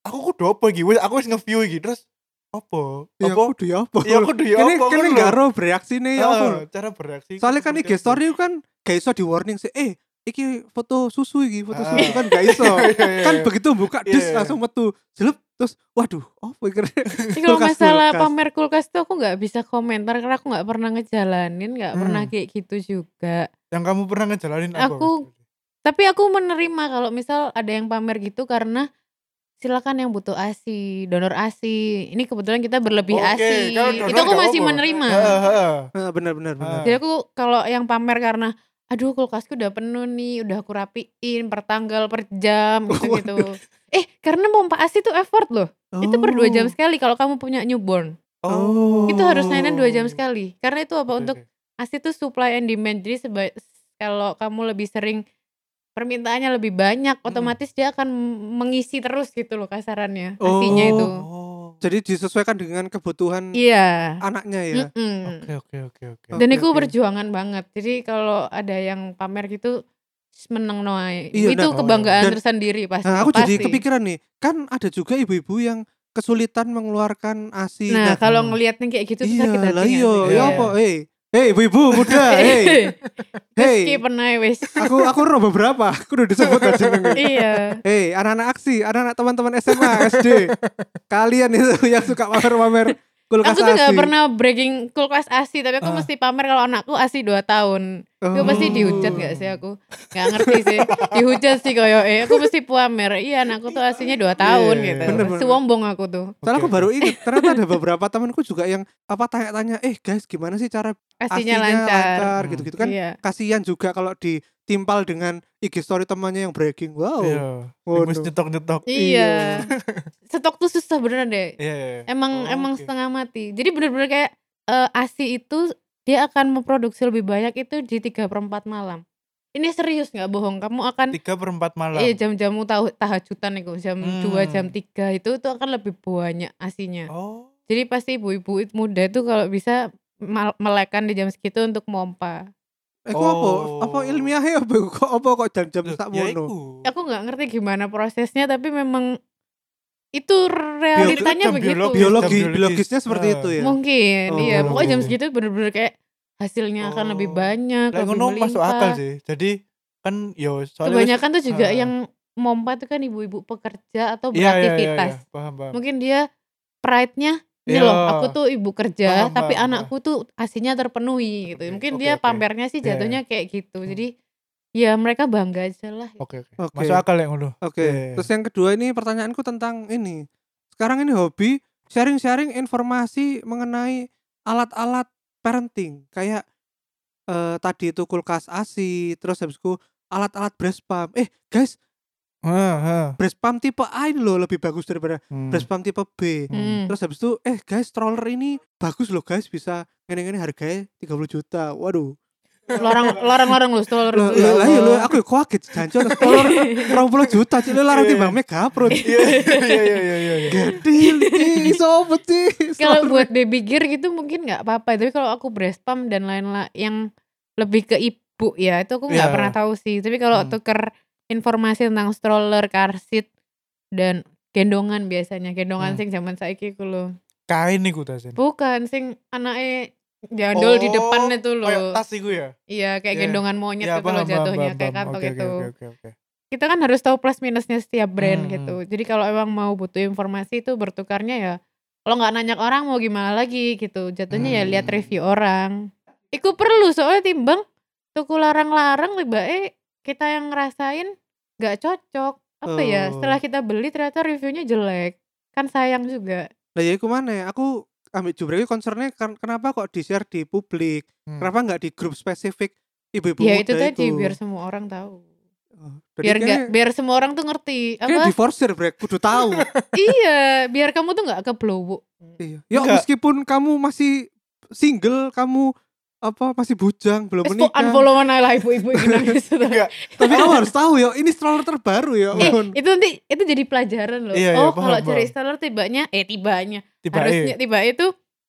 aku kudu apa iki? Wis aku wis nge-view iki terus apa? Ya Apa? kudu ya apa? Ya kudu ya Kene apa kene ngono gak lho. ero bereaksine ya apa? Heeh, cara bereaksi. Soalnya kan I G story itu kan gak iso di warning sih. Eh, iki foto susu iki, foto susu kan gak iso. Kan begitu buka Iya, dis iya. langsung metu. Jelep terus waduh, apa iki? Tapi kalau Kulkas, masalah kulkas. pamer kulkas tuh aku nggak bisa komentar karena aku nggak pernah ngejalanin, nggak pernah Hmm. kayak gitu juga. Yang kamu pernah ngejalanin apa? Aku- Tapi aku menerima kalau misal ada yang pamer gitu karena silakan yang butuh A S I, donor A S I. Ini kebetulan kita berlebih Oke, A S I. kalau donor Itu aku nggak masih apa-apa. menerima. Heeh, heeh. Heeh, benar benar benar. Ah. Jadi aku kalau yang pamer karena aduh kulkasku udah penuh nih, udah aku rapiin per tanggal, per jam gitu-gitu. Eh, karena pompa A S I itu effort loh. Itu per dua jam Oh. sekali kalau kamu punya newborn. Oh. Itu harus mainan dua jam sekali. Karena itu apa Oke, untuk oke. A S I itu supply and demand. Jadi seba- kalau kamu lebih sering permintaannya lebih banyak, Hmm. otomatis dia akan mengisi terus gitu loh kasarannya. Oh. A S I-nya itu. Oh. Jadi disesuaikan dengan kebutuhan Iya. anaknya ya. Mm-mm. Oke, oke, oke, oke. Dan Oke, itu oke. perjuangan banget. Jadi kalau ada yang pamer gitu meneng noai. Iya, Itu nah, kebanggaan dan- tersendiri pasti. Nah, aku jadi pasti. kepikiran nih, kan ada juga ibu-ibu yang kesulitan mengeluarkan A S I. Nah, kalau Hmm. ngelihatnya kayak gitu tuh iya, sakit hati lah nggak iya, sih? ya Iya. apa? Hei, hei ibu-ibu muda, hei. Terus Hei. skip aja wis. Aku aku ro beberapa, aku udah disebut aja jenenge. Iya. Hei, anak-anak aksi, anak-anak teman-teman S M A, S D. Kalian itu yang suka pamer-pamer kulkas Aku tuh A S I. gak pernah breaking kulkas A S I, tapi aku Ah. mesti pamer kalau anakku A S I dua tahun. Itu Oh. pasti dihujat gak sih aku? Gak ngerti sih. Dihujat sih koyo eh aku mesti pamer. Iya, anakku tuh A S I-nya dua tahun Iya, gitu. bener, bener. Sombong aku tuh. Soalnya aku Oke, baru inget, ternyata ada beberapa temanku juga yang apa tanya-tanya, eh guys gimana sih cara A S A S I-nya I-nya lancar. lancar Hmm. gitu-gitu kan. Iya. Kasian juga kalau ditimpal dengan I G story temannya yang breaking. Wow. Iya. Waduh. Wis nyetok-nyetok. Iya. Stok tuh susah beneran deh. Iya, iya. Emang Oh, emang oke. setengah mati. Jadi bener-bener kayak eh, A S I itu dia akan memproduksi lebih banyak itu di tiga per empat malam. Ini serius nggak bohong. Kamu akan tiga per empat malam. iya jam-jamu tahu tahajudan itu jam dua Hmm. jam tiga itu itu akan lebih banyak A S I-nya. Oh. Jadi pasti ibu-ibu muda itu kalau bisa mal- melekkan di jam segitu untuk mompa. Eh kok apa? Oh. Apa ilmiahnya apa kok apa kok jam-jam Loh, sak ya mono? iku. Aku nggak ngerti gimana prosesnya tapi memang itu realitanya jam begitu. biologis, Biologi biologis. biologisnya seperti Ah. itu ya. Mungkin Oh, iya. Pokoknya jam biologi. segitu bener-bener kayak hasilnya akan lebih Oh. banyak, Lah lebih ngono masuk akal melimpah. sih. Jadi kan yo soalnya Kebanyakan tuh juga Ah. yang mompa tuh kan ibu-ibu pekerja atau Iya, iya, iya, beraktivitas. iya. Paham, paham. Mungkin dia pride-nya ini Iya. loh, aku tuh ibu kerja, Paham, tapi paham, anakku tuh A S I-nya terpenuhi gitu. Oke, Mungkin oke, dia oke. pamernya sih Iya, jatuhnya kayak gitu. Hmm. Jadi ya mereka bangga aja lah. Oke, oke. Oke. Masuk akal ya ngono. Oke. Iya. Terus yang kedua ini pertanyaanku tentang ini. Sekarang ini hobi sharing-sharing informasi mengenai alat-alat parenting kayak eh, tadi itu kulkas A S I, terus habisku alat-alat breast pump. Eh, guys, Heeh, heeh. breast pump tipe A ini loh lebih bagus daripada Hmm. breast pump tipe B. Hmm. Terus habis itu eh guys stroller ini bagus loh guys, bisa ngene-ngene harganya tiga puluh juta. Waduh. Lorong lorong lorong lu stroller Lah itu. lah iya lho aku ya kaget jancuk stroller dua puluh juta cik lu larang timbang Megaprod. Iya, iya, iya, iya, iya. Gedil sih, sobat sih. Kalau buat baby gear gitu mungkin nggak apa-apa. Tapi kalau aku breast pump dan lain-lain yang lebih ke ibu ya itu aku nggak Iya. pernah tahu sih. Tapi kalau Hmm. tuker informasi tentang stroller, car seat dan gendongan biasanya gendongan Hmm. sing zaman saiki ku lho. Kain niku ta, Sen. Bukan sing anake jandol di depan itu Oh, kayak loh. tas iku ya? Iya kayak Iya. gendongan monyet Iya, itu loh paham, paham, jatuhnya paham, kayak paham. kantong Oke, itu. oke, oke, oke. Kita kan harus tahu plus minusnya setiap brand Hmm, gitu. Jadi kalau emang mau butuh informasi itu bertukarnya ya kalau nggak nanya ke orang mau gimana lagi gitu. Jatuhnya ya lihat Hmm. review orang. Iku perlu soalnya timbang tuku larang-larang lebih kita yang ngerasain nggak cocok. Apa ya? Oh. Setelah kita beli ternyata reviewnya jelek. Kan sayang juga. Lah ya iku mana? Aku ambil jubrek concernnya kan kenapa kok di-share di publik? Hmm. Kenapa nggak di grup spesifik ibu-ibu Ya muda itu tadi itu? biar semua orang tahu. Oh, jadi Biar kayaknya- nggak biar semua orang tuh ngerti Kayak apa? di forsir brek kudu tahu. Iya, biar kamu tuh nggak keblowok. Iya. Ya Enggak. meskipun kamu masih single, kamu apa masih bujang, belum Wes kok menikah. unfollow mana lah ibu-ibu ini nangis. Enggak. Tapi kamu harus tahu ya, ini stroller terbaru ya. Eh, Mon. itu nanti itu jadi pelajaran loh. Iya, iya, oh, paham, kalau cari paham. stroller tibanya eh tibanya Tiba harusnya tiba itu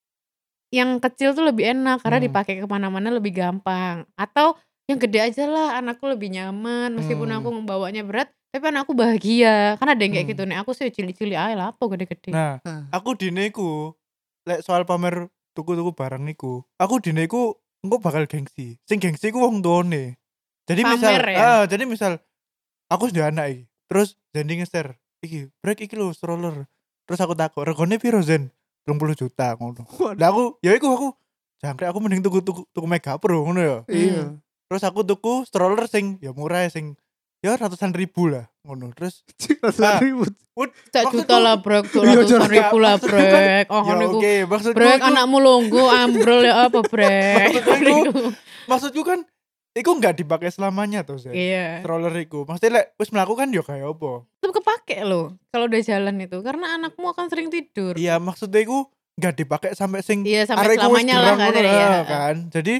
yang kecil tuh lebih enak karena Hmm. dipakai kemana-mana lebih gampang. Atau yang gede aja lah, anakku lebih nyaman meskipun Hmm. aku membawanya berat, Tapi anakku bahagia. Kan ada yang kayak Hmm. gitu nih. Aku sih cilik-cilik ae lah apa gede-gede. Nah, Ah. aku dineku lek soal pamer tuku-tuku barang niku. Aku dineku engko bakal gengsi. Sing gengsi ku wong tuane. Jadi misal, Pamer ya? ah, jadi misal aku sudah anak iki. Terus Zendi ngeser, iki, brek iki lho stroller. Terus aku takut, regane piro Zen? dua puluh juta ngono. Lah aku, ya iku aku jangkrik aku mending tuku tuku, tuku Mega Pro ngono ya. Iya. Terus aku tuku stroller sing ya murah sing ya ratusan ribu lah ngono. Terus Rasa ribut. Sak maksudku- juta lah brek, dua Iya, ratusan Jor. ribu lah Maksudku kan- brek. Oh ya niku. oke, maksudku Brek iku- anakmu longgo ambrol ya apa brek. Maksudku iku- maksudku kan iku enggak dipakai selamanya tuh Zen. Iya. Stroller iku. Maksudnya lek wis melakukan ya kayak apa? Itu kepake loh kalau udah jalan itu karena anakmu akan sering tidur. Iya, maksudnya iku enggak dipakai sampai sing Iya sampai arek iku wis selamanya lah gerang kan ngono, ya. ah, kan. Jadi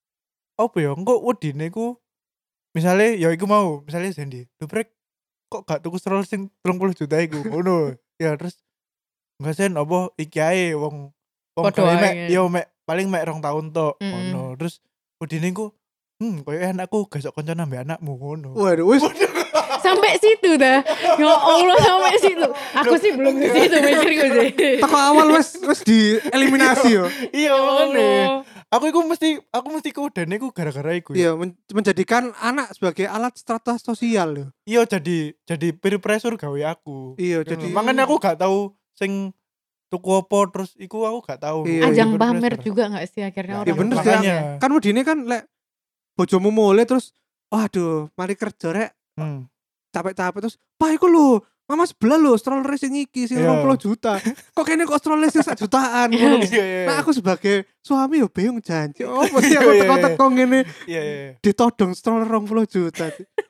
apa ya? Engko wedine ku misale ya iku mau, misale Zendi. Duh brek kok gak tuku stroller sing tiga puluh juta iku ngono. Ya terus enggak sen apa iki ae wong wong Podo gawe ae, mek ya. yo mek paling mek rong tahun tok Mm-mm. ngono. Terus wedine ku hmm koyo anakku gesok kanca nambah anakmu ngono. Waduh, wis Sampai situ dah. Ya Allah sampai situ. Aku sih belum ke situ mikirku sih. teko awal wis wis dieliminasi yo. Iya Ya makane. Allah. Aku iku mesti aku mesti kodene iku gara-gara iku. Iya, men- menjadikan anak sebagai alat strata sosial yo. Iya jadi jadi peer pressure gawe aku. Iya, Jadi jadi makanya aku gak tahu sing tuku apa terus iku aku gak tahu. Iya, Ajang Peer pamer pressure. juga gak sih akhirnya Nah, orang iya bener sih, makanya. kan wedine kan lek bojomu mulai terus waduh, mari kerja rek Hmm. capek-capek terus, "Pak iku lho, mama sebelah lho stroller sing iki sing Iya. dua puluh juta." Kok kene kok stroller sing sak jutaan ngono. Iya iya. Nah aku sebagai suami yo bingung janji. Oh, mesti Iya, aku iya, teko-teko ngene Iya iya. ditodong stroller dua puluh juta.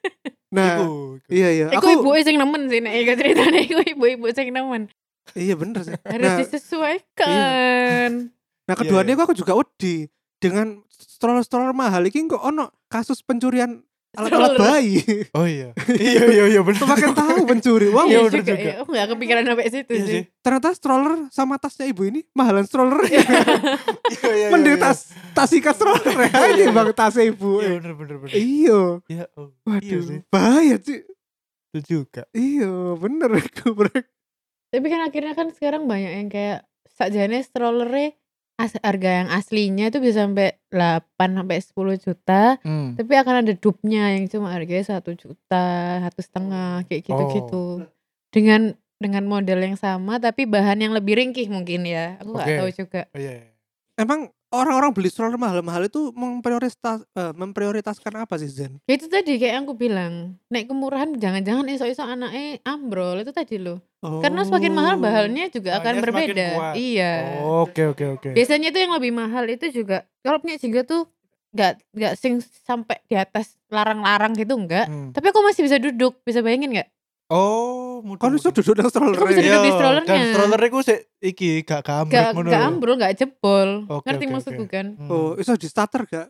Nah, Iku, iku. iya iya. Iku Aku ibu sing nemen sih nek iku ceritane iku ibu-ibu sing nemen. iya bener sih. Harus Nah, disesuaikan. nah Iya, keduanya iya. aku juga wedi dengan stroller-stroller mahal iki kok ono kasus pencurian alat-alat Stroller. bayi. Oh iya. Iya iya iya bener. Semakin tahu pencuri. Wow, Iya, Iya bener juga, juga. ya. Aku gak kepikiran sampai situ Iya sih. sih. ternyata stroller sama tasnya ibu ini mahalan stroller. Iya iya. Mending iya. tas tas ikat stroller ya ini bang tasnya ibu. Iya bener bener bener. Iya. Iya. Oh. Iya sih. Waduh, bahaya sih. Itu juga. Iya, bener iku brek. Tapi kan akhirnya kan sekarang banyak yang kayak sakjane strollernya as- harga yang aslinya itu bisa sampai delapan sampai sepuluh juta. Hmm. Tapi akan ada dupnya yang cuma harganya satu juta, satu setengah kayak gitu-gitu. Dengan dengan model yang sama tapi bahan yang lebih ringkih mungkin ya. Aku nggak Oke. tahu juga. Oh, iya. iya. Emang orang-orang beli stroller mahal-mahal itu memprioritas eh, memprioritaskan apa sih Zen? Ya itu tadi kayak yang aku bilang, naik kemurahan jangan-jangan iso-iso anaknya ambrol itu tadi loh. Oh. Karena semakin mahal bahannya juga akan Bahannya semakin berbeda. kuat. Iya. Oh, Oke oke oke. Biasanya tuh yang lebih mahal itu juga kalau punya Jingga tuh nggak nggak sing sampai di atas larang-larang gitu enggak. Hmm. Tapi aku masih bisa duduk, bisa bayangin nggak? Oh, mudah. Kan iso duduk nang stroller. Aku bisa ya? duduk di Iya, strollernya. Dan stroller iku sik iki gak kambrek Gak ngono. gak lho. ambrol, gak jebol. Oke, Ngerti oke, maksudku oke. kan? Hmm. Oh, iso di starter gak?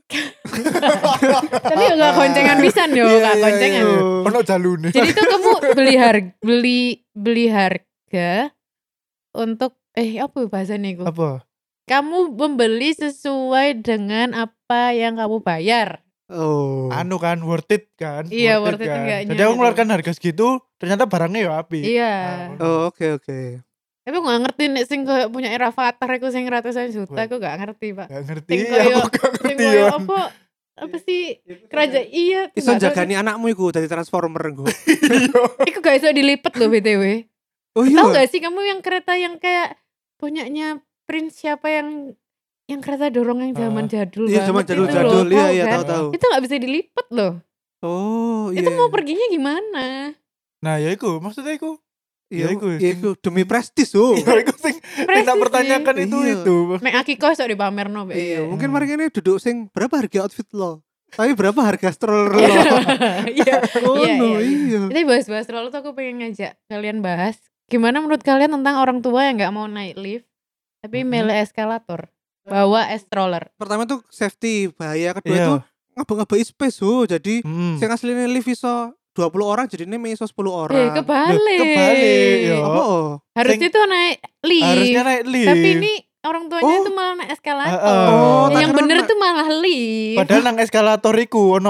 Tapi ya gak goncengan pisan yo, Iya, gak iya, goncengan. iya. Oh. Ono jalune. Jadi tuh kamu beli harga beli beli harga untuk eh apa bahasanya itu? Apa? Kamu membeli sesuai dengan apa yang kamu bayar. Oh. Anu kan worth it kan? Iya, worth it kan. enggaknya Jadi aku gitu. ngeluarkan harga segitu, ternyata barangnya ya api. Iya. Ah, Oh, oke oke. Tapi aku gak ngerti nek sing koyo punya Rafathar iku sing ratusan juta, Wah. aku gak ngerti, Pak. Gak ngerti. Sing Iya, koyo aku gak sing ngerti koyo ya. apa apa sih kerajaan iya aku Iso nggak tahu jagani anakmu iku dari transformer engko. sih. Iku gak iso dilipet loh B T W. Oh iya. Tahu gak sih kamu yang kereta yang kayak punyanya Prince siapa yang yang kereta dorong yang zaman Ah. jadul Iya, zaman banget itu jadul-jadul. loh, Iya, tahu iya, kan? tahu-tahu. Itu gak bisa dilipet loh. Oh, iya. Itu mau perginya gimana? Nah, ya iku, maksudnya iku. Iya, ya iku, iya, sing- iku demi prestis oh. Iya, iku sing sing tak Prestis pertanyakan itu Iya. itu. Mek Akiko iso dipamerno Mbak. Iya, mungkin Hmm. mari ini duduk sing berapa harga outfit lo? Tapi berapa harga stroller lo? Iya. Oh Iya, no, iya, iya. Kita bahas-bahas lalu tuh aku pengen ngajak kalian bahas gimana menurut kalian tentang orang tua yang nggak mau naik lift tapi Mhm. milih eskalator, bawa stroller. Pertama tuh safety bahaya, kedua Iya. tuh ngabang-ngabang space oh. Jadi Hmm. sing aslinya lift iso dua puluh orang jadi ini iso sepuluh Eh orang. kebalik. kebalik, yo. Oh, oh. Harusnya tuh naik lift. Harusnya naik lift. Tapi ini orang tuanya Oh. itu malah naik eskalator. Ah, ah. Oh, tak yang kira bener na- tuh malah lift. Padahal nang eskalator iku ono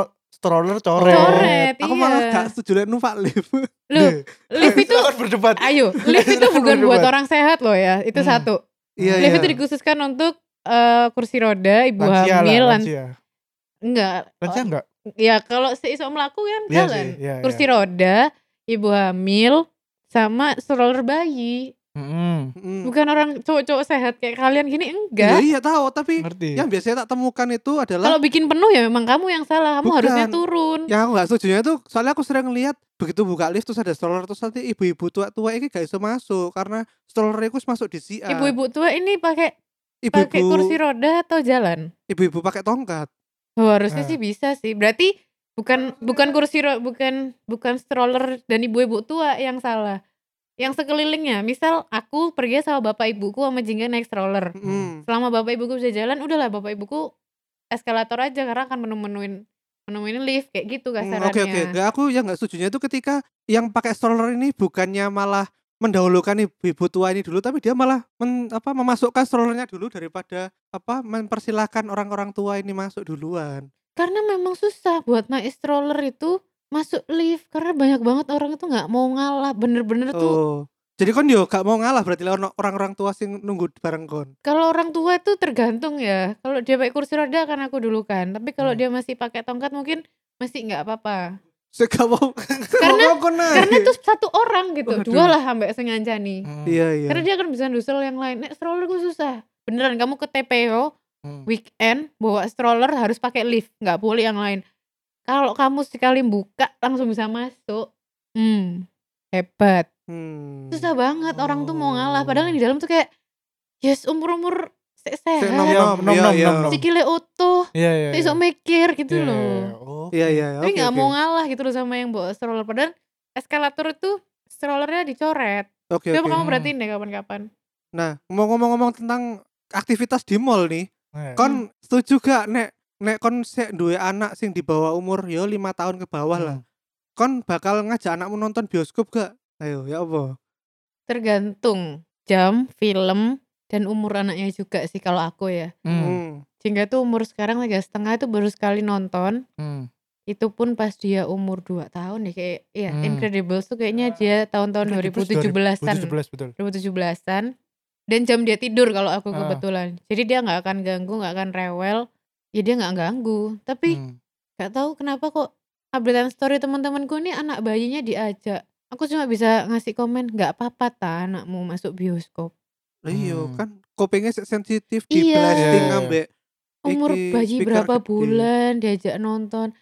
stroller coret. Coret, Aku malah iya. gak setuju lek numpak lift. Loh, lift itu Silakan berdebat. ayo, lift itu Silakan bukan buat berdebat. orang sehat loh ya. Itu Hmm. satu. Iya, Lift iya. itu dikhususkan untuk eh, kursi roda, ibu Lansia hamil, lah, lan- lansia. enggak. Lansia enggak? Ya kalau seiso melaku kan Iya jalan. sih, iya, Kursi iya. roda, ibu hamil, sama stroller bayi. Mm-mm. Mm. Bukan orang cowok-cowok sehat kayak kalian gini, Iya, enggak. iya tahu, tapi Ngerti. yang biasanya tak temukan itu adalah Kalau bikin penuh ya memang kamu yang salah. Kamu Bukan. harusnya turun. yang aku gak setujunya itu soalnya aku sering lihat begitu buka lift terus ada stroller terus nanti ibu-ibu tua-tua ini gak bisa masuk karena stroller itu masuk di si A. Ibu-ibu tua ini pakai pakai Ibu-ibu kursi roda atau jalan? ibu-ibu pakai tongkat. Oh, harusnya Ah. sih bisa sih. Berarti bukan bukan kursi ro, bukan bukan stroller dan ibu-ibu tua yang salah. Yang sekelilingnya. Misal aku pergi sama bapak ibuku sama Jingga naik stroller. Mm. Selama bapak ibuku bisa jalan, udahlah bapak ibuku eskalator aja karena akan menu-menuin menemuin lift kayak gitu Hmm, kasarannya. Oke oke, Nggak, aku yang nggak setujunya itu ketika yang pakai stroller ini bukannya malah mendahulukan ibu tua ini dulu, tapi dia malah men, apa memasukkan strollernya dulu daripada apa mempersilahkan orang-orang tua ini masuk duluan. Karena memang susah buat naik stroller itu masuk lift karena banyak banget orang itu nggak mau ngalah, bener-bener tuh. Oh, jadi kon yo gak mau ngalah berarti lawan orang-orang tua sing nunggu bareng kon. Kalau orang tua itu tergantung ya. Kalau dia pakai kursi roda kan aku dulu kan. Tapi kalau Hmm. dia masih pakai tongkat mungkin masih nggak apa-apa. Saya gak mau. Karena- mau kon naik. Karena itu satu orang gitu, Waduh. dua lah sampai sengancani. Mm. Iya iya. Karena dia akan bisa dusel yang lain. Nek stroller gue susah. Beneran kamu ke T P O Mm. weekend bawa stroller harus pakai lift, nggak boleh yang lain. Kalau kamu sekali buka langsung bisa masuk. Hmm, hebat. Hmm. Susah banget orang tuh mau ngalah. Padahal yang di dalam tuh kayak yes umur-umur se- Sik sehat, nom Iya, nom nom, iya nom, iya. nom, nom. sikile utuh, Iya, iya. iso iya. mikir gitu Iya, iya, loh. iya. Oh, Iya iya. Tapi oke, nggak oke. mau ngalah gitu loh sama yang bawa stroller. Padahal eskalator itu strollernya dicoret. Oke Coba oke. kamu Hmm. perhatiin deh kapan-kapan. Nah, mau ngomong-ngomong tentang aktivitas di mall nih, Nah, kon setuju gak nek nek kon sik duwe anak sing di bawah umur yo lima tahun ke bawah lah. Hmm. Kon bakal ngajak anakmu nonton bioskop gak? Ayo, ya apa? Tergantung jam, film, dan umur anaknya juga sih kalau aku ya. Hmm. Hmm. Jingga tuh umur sekarang tiga setengah itu baru sekali nonton. Hmm. Itu pun pas dia umur dua tahun ya kayak iya Hmm. Incredibles tuh kayaknya dia tahun-tahun dua ribu tujuh belasan. dua ribu tujuh belas betul. dua ribu tujuh belasan. Dan jam dia tidur kalau aku Ah. kebetulan. Jadi dia nggak akan ganggu, nggak akan rewel. Ya dia nggak ganggu. Tapi Hmm. nggak tahu kenapa kok updatean story teman-temanku nih anak bayinya diajak. Aku cuma bisa ngasih komen nggak apa-apa ta anakmu masuk bioskop. Lah iya Hmm. kan kupingnya sik sensitif di Iya. blasting Iya, iya. ambek Umur iki bayi speaker berapa gede. bulan diajak nonton.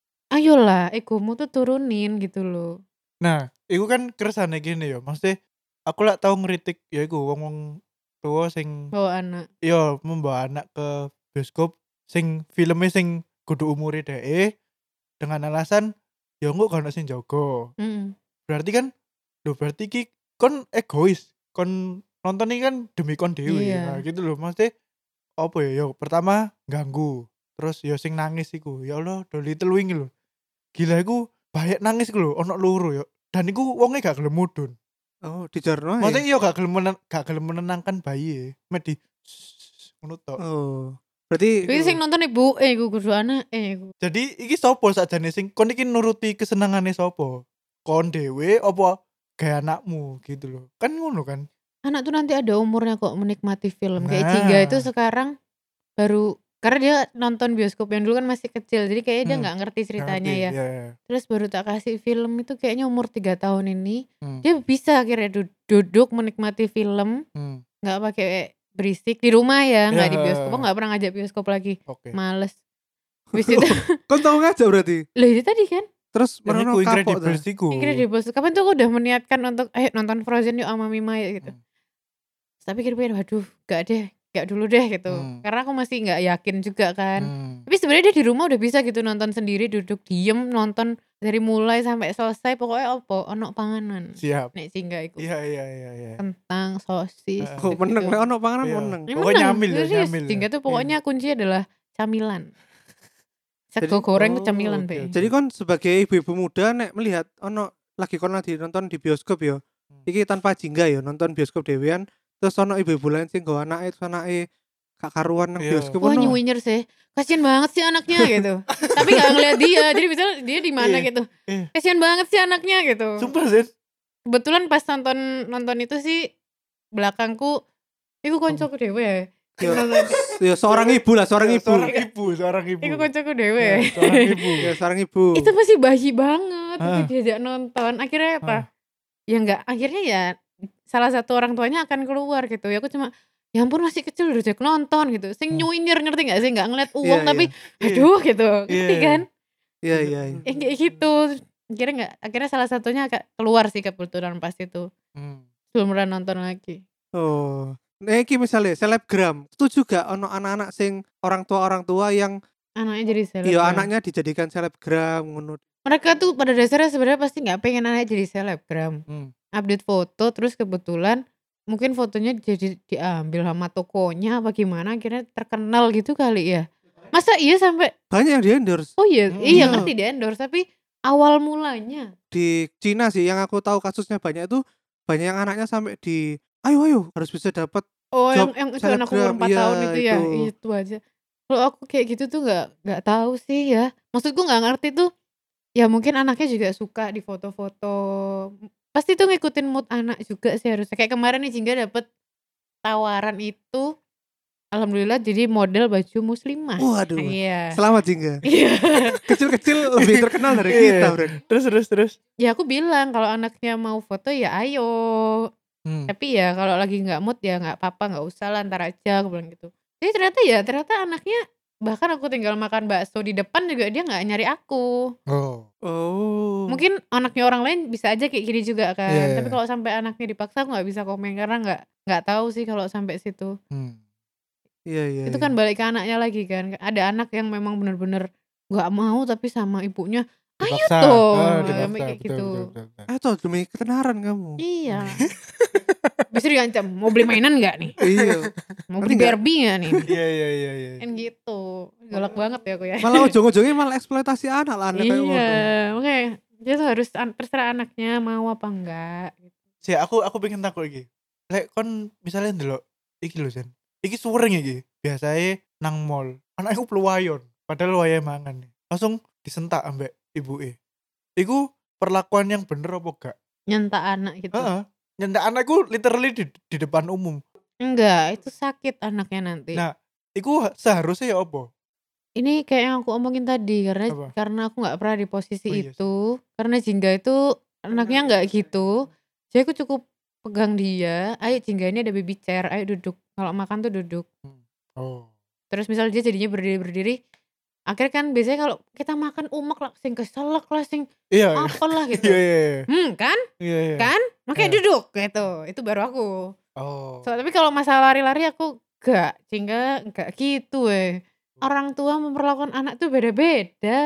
Ayolah egomu tuh turunin gitu loh. Nah, iku kan keresane gini ya. Maksudnya aku lak tau ngeritik ya iku wong-wong tua sing Bawa anak. ya membawa anak ke bioskop sing filmnya sing kudu umure dhek dengan alasan ya engko gak ono sing jaga. Mm. Berarti kan lho berarti ki kon egois. Kon nonton ini kan demi kon dhewe. Iya. Nah, gitu loh. Maksudnya apa ya? Ya pertama ganggu. Terus ya sing nangis iku. Ya Allah, do little wing lho. Gila iku banyak nangis iku lho, ono loro ya. Dan iku wonge gak gelem mudun. Oh, dijarno ae. Maksudnya iya gak gelem menen- gak gelem menenangkan bayi ya. Med di ngono tok. Oh. Berarti Kuwi sing nonton ibu eh iku kudu anak eh iku. Jadi iki sapa sakjane sing kon iki nuruti kesenangane sapa? Kon dhewe apa gawe anakmu gitu loh. Kan ngono kan. Anak tuh nanti ada umurnya kok menikmati film. Kayak Nah. Jingga itu sekarang baru karena dia nonton bioskop yang dulu kan masih kecil. Jadi kayaknya dia Hmm. nggak ngerti ceritanya Ngerti, ya. iya, iya. Terus baru tak kasih film itu kayaknya umur tiga tahun ini. Hmm. Dia bisa akhirnya du- duduk menikmati film, Hmm. nggak pakai berisik di rumah ya, nggak di Ya. bioskop. Aku nggak pernah ngajak bioskop lagi, Oke. males. Habis itu, kon tau ngajak berarti. loh itu tadi kan, Terus Yang merono iku kapok Incredibles ta. iku. Incredibles. Kapan tuh aku udah meniatkan untuk, ayo nonton Frozen yuk sama Mima ya gitu. Hmm. Tapi pikir-pikir, waduh, gak deh, gak dulu deh gitu. Hmm. Karena aku masih nggak yakin juga kan. Hmm. Tapi sebenarnya dia di rumah udah bisa gitu nonton sendiri, duduk diem nonton dari mulai sampai selesai. Pokoknya apa, ono panganan. Siap. Nek Jingga iku. Iya iya iya iya. Kentang, sosis. Heeh. Oh, meneng gitu-gitu. lek ono panganan Iya. meneng. Ya Pokoknya menang, nyamil ya, serius. nyamil ya. Jingga tuh pokoknya kunci adalah camilan. Sego Jadi- goreng oh, camilan oke, be. oke. Jadi kon sebagai ibu-ibu muda nek melihat ono lagi kon lagi nonton di bioskop ya. Hmm. Iki tanpa Jingga ya nonton bioskop dhewean terus ono ibu-ibu lain sing nggawa anake terus anake gak karuan nang Iya. bioskop Wah ono. nyuwinyer sih. Kasian banget sih anaknya gitu. Tapi gak ngeliat dia. Jadi misalnya dia di mana Iya, gitu. iya. Kasian banget sih anaknya gitu. Sumpah Zen. Kebetulan pas nonton nonton itu sih belakangku iku koncoku dhewe ya. Ya, Nonton. ya seorang ibu lah, seorang Iya, ibu. Seorang ibu, seorang ibu. Iku koncoku dhewe. Ya, seorang ibu. Ya, seorang ibu. Itu masih bayi banget tapi Ah. diajak nonton. Akhirnya apa? Ah. Ya enggak, akhirnya ya salah satu orang tuanya akan keluar gitu. Ya aku cuma ya ampun masih kecil udah diajak nonton gitu. Sing Hmm. nyuinir ngerti gak sih? Enggak ngeliat Iya, uang tapi iya. aduh gitu. Iya, Ngerti iya. kan? Iya, iya. iya. Eh kayak gitu. Akhirnya enggak, akhirnya salah satunya agak keluar sih kebetulan pas itu. Hmm. Belum pernah nonton lagi. Oh. Nah, iki misalnya selebgram. Setuju gak ono anak-anak sing orang tua-orang tua yang Anaknya jadi selebgram. iya anaknya dijadikan selebgram ngono. Mereka tuh pada dasarnya sebenarnya pasti nggak pengen anaknya jadi selebgram. Hmm. Update foto terus kebetulan mungkin fotonya jadi diambil sama tokonya apa gimana akhirnya terkenal gitu kali ya. Masa iya sampai Banyak yang di-endorse. oh iya Hmm. iya Iya. ngerti di endorse tapi awal mulanya Di Cina sih yang aku tahu kasusnya banyak itu banyak yang anaknya sampai di ayo ayo harus bisa dapat oh job yang yang itu anak umur selebgram. empat Iya, tahun itu ya itu. itu aja. Kalau aku kayak gitu tuh nggak nggak tahu sih ya. Maksudku nggak ngerti tuh ya mungkin anaknya juga suka di foto-foto. Pasti tuh ngikutin mood anak juga sih harusnya. Kayak kemarin nih Jingga dapet tawaran itu alhamdulillah jadi model baju muslimah. Waduh. Iya. Selamat Jingga. Iya. Kecil-kecil lebih terkenal dari Iya. kita, Bro. Terus terus terus. Ya aku bilang kalau anaknya mau foto ya ayo. Hmm. Tapi ya kalau lagi nggak mood ya nggak apa-apa nggak usah lah ntar aja aku bilang gitu. Jadi ternyata ya ternyata anaknya bahkan aku tinggal makan bakso di depan juga dia nggak nyari aku. Oh. Oh. Mungkin anaknya orang lain bisa aja kayak gini juga kan. Iya, Tapi iya. kalau sampai anaknya dipaksa aku nggak bisa komen karena nggak nggak tahu sih kalau sampai situ. Hmm. Iya, iya. Itu iya. kan balik ke anaknya lagi kan. Ada anak yang memang bener-bener nggak mau tapi sama ibunya ayo Dipaksa. toh Ah, sampai dipaksa. kayak Betul, gitu. betul, betul, betul. Eh toh demi ketenaran kamu. Iya. Bisa diancam mau beli mainan nggak nih? Iya. Mau Ngerti beli nggak? Barbie nggak nih? Iya iya iya iya. Kan gitu. Galak banget ya aku ya. Malah ujung-ujungnya malah eksploitasi anak lah anak kayak Iya, ngono. makanya dia tuh harus an- terserah anaknya mau apa enggak. Si aku aku pengen takut iki. Lek kon misalnya ndelok iki lho Zen. Iki suwering iki. Biasae nang mall. Anakku peluwayon, padahal wayahe mangan. Langsung disentak ambek ibuke. Iku perlakuan yang bener apa gak? Nyentak anak gitu. Heeh. Nyentak anakku literally di, di depan umum. Enggak, itu sakit anaknya nanti. Nah, iku seharusnya ya apa? Ini kayak yang aku omongin tadi karena Apa? karena aku nggak pernah di posisi Oh, iya sih. itu. Karena Jingga itu anaknya nggak gitu. Jadi aku cukup pegang dia. Ayo Jingga ini ada baby chair, ayo duduk. Kalau makan tuh duduk. Oh. Terus misal dia jadinya berdiri-berdiri. Akhirnya kan biasanya kalau kita makan umek lah, sing keselak lah, sing Iya. iya. apalah gitu. Iya iya iya. Hmm kan? Iya iya. Kan? Makanya Iya. duduk gitu. Itu baru aku. Oh. So, tapi kalau masalah lari-lari aku gak, Jingga gak gitu eh. Orang tua memperlakukan anak tuh beda-beda.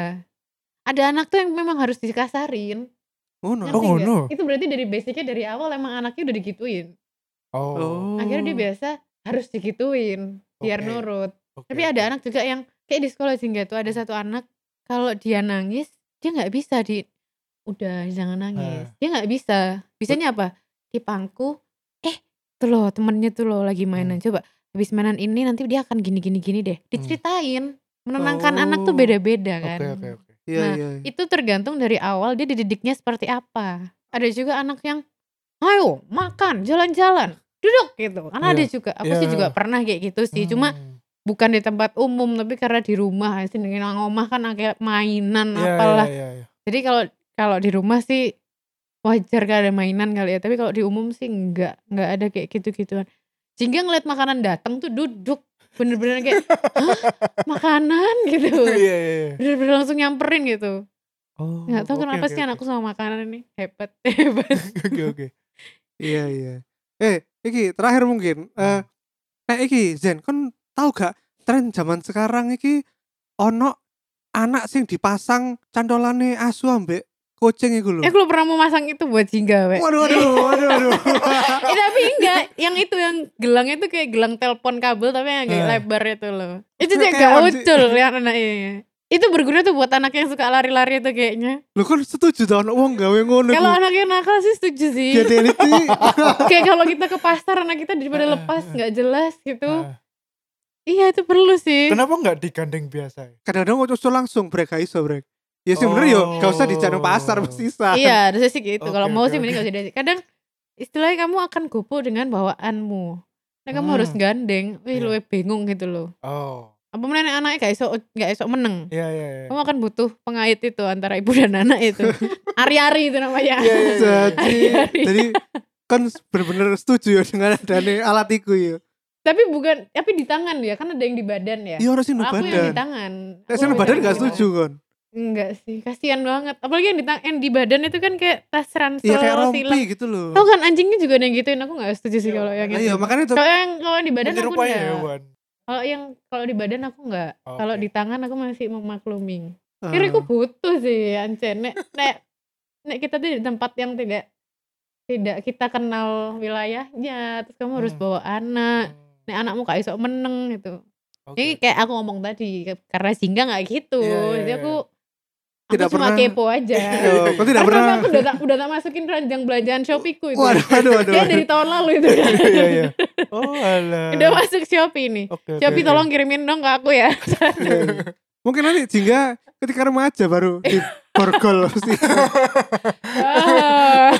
Ada anak tuh yang memang harus dikasarin. Ngono. Ngerti Oh, nggak? no. Itu berarti dari basicnya dari awal emang anaknya udah digituin. Oh. Oh. Akhirnya dia biasa harus digituin biar Oke. nurut. Oke, Tapi oke. ada anak juga yang kayak di sekolah Jingga tuh ada satu anak kalau dia nangis dia nggak bisa di udah jangan nangis. Ah. Dia nggak bisa. Bisanya apa? Dipangku. Eh, tuh loh temennya tuh loh lagi mainan. Hmm. Coba habis mainan ini nanti dia akan gini gini gini deh. Diceritain. Menenangkan Oh. anak tuh beda-beda kan. Oke oke oke. Iya, Nah, iya. itu tergantung dari awal dia dididiknya seperti apa. Ada juga anak yang ayo makan, jalan-jalan, duduk gitu. Karena ada Iya. juga, aku sih Iya. juga pernah kayak gitu sih. Cuma Hmm. bukan di tempat umum tapi karena di rumah. Sih dengan ngomah kan kayak mainan Iya, apalah. iya, iya, iya. Jadi kalau kalau di rumah sih wajar kan ada mainan kali ya. Tapi kalau di umum sih enggak, enggak ada kayak gitu-gituan. Sehingga ngeliat makanan datang tuh duduk. Bener-bener kayak, hah makanan gitu. Iya iya iya. Bener-bener langsung nyamperin gitu. Oh. Nggak tahu oke, kenapa oke, sih oke. anakku sama makanan ini hebat hebat. Oke oke. Iya, iya. Eh, iki terakhir mungkin eh nek iki Zen, kon tahu gak tren zaman sekarang iki ono anak sing dipasang cantolane asu ambek kucing iku lho. Eh lu pernah mau masang itu buat Jingga wek? Waduh, waduh, waduh, waduh. Eh tapi enggak, yang itu yang gelangnya itu kayak gelang telepon kabel tapi yang agak Eh. lebar itu loh. Itu Kayak juga kewan sih. ucul ya anaknya. Itu berguna tuh buat anak yang suka lari-lari itu kayaknya. Lu kan setuju tau ono wong gawe ngono Kalau ku. anaknya nakal sih setuju sih. Fidelity. Kayak kalau kita ke pasar anak kita daripada Ah, lepas ah. nggak jelas gitu. Ah. Iya itu perlu sih. Kenapa enggak digandeng biasa? Kadang-kadang kok usul langsung brek gak iso brek. Ya sih bener yo, gak usah dicari pasar sisa. Iya, harusnya sih gitu. Kalau Oke, mau oke, sih mending oke. gak usah di- Kadang istilahnya kamu akan gopo dengan bawaanmu. Nah kamu Hmm. harus gandeng. Wih, Iya. lu bingung gitu loh. Oh. Apa meneh anaknya gak iso gak iso meneng. Iya iya iya. Kamu akan butuh pengait itu antara ibu dan anak itu. Ari-ari itu namanya. Iya, iya, iya. Jadi, Ari-ari. jadi kan bener-bener setuju ya dengan adanya alat itu ya. Tapi bukan, tapi di tangan ya, kan ada yang di badan ya. Iya harusnya di Aku yang di badan. tangan. Eh, Aku saya lebih badan tangan gak di setuju tangan. kan. Enggak sih, kasihan banget. Apalagi yang di, tang- yang di badan itu kan kayak tas ransel, Iya kayak rompi silang. gitu loh. Tau kan anjingnya juga ada yang gituin, aku gak setuju sih kalau yang Nah, itu. iya makanya itu. Kalau yang kalau yang di badan aku Menyerupai enggak. hewan. Kalau yang kalau di badan aku enggak. Oke. Kalau di tangan aku masih memaklumi. eh, Kira aku butuh sih Ancen. Nek, nek, nek kita tuh di tempat yang tidak tidak kita kenal wilayahnya, terus kamu harus Hmm. bawa anak. Nek anakmu gak iso meneng gitu. Oke. Ini kayak aku ngomong tadi, karena Singa gak gitu. Iya, iya, Jadi iya. aku aku Tidak cuma pernah- kepo aja. Yo, kok tidak Karena pernah. aku udah tak udah tak masukin keranjang belanjaan Shopee-ku itu. Waduh, waduh, waduh. Dia dari tahun lalu itu udah. Iya iya. Oh alah. Udah masuk Shopee nih. Oke, oke, Shopee oke. tolong kirimin dong ke aku ya. Iya, iya. Mungkin nanti Jingga ketika remaja baru di borgol sih. Ah.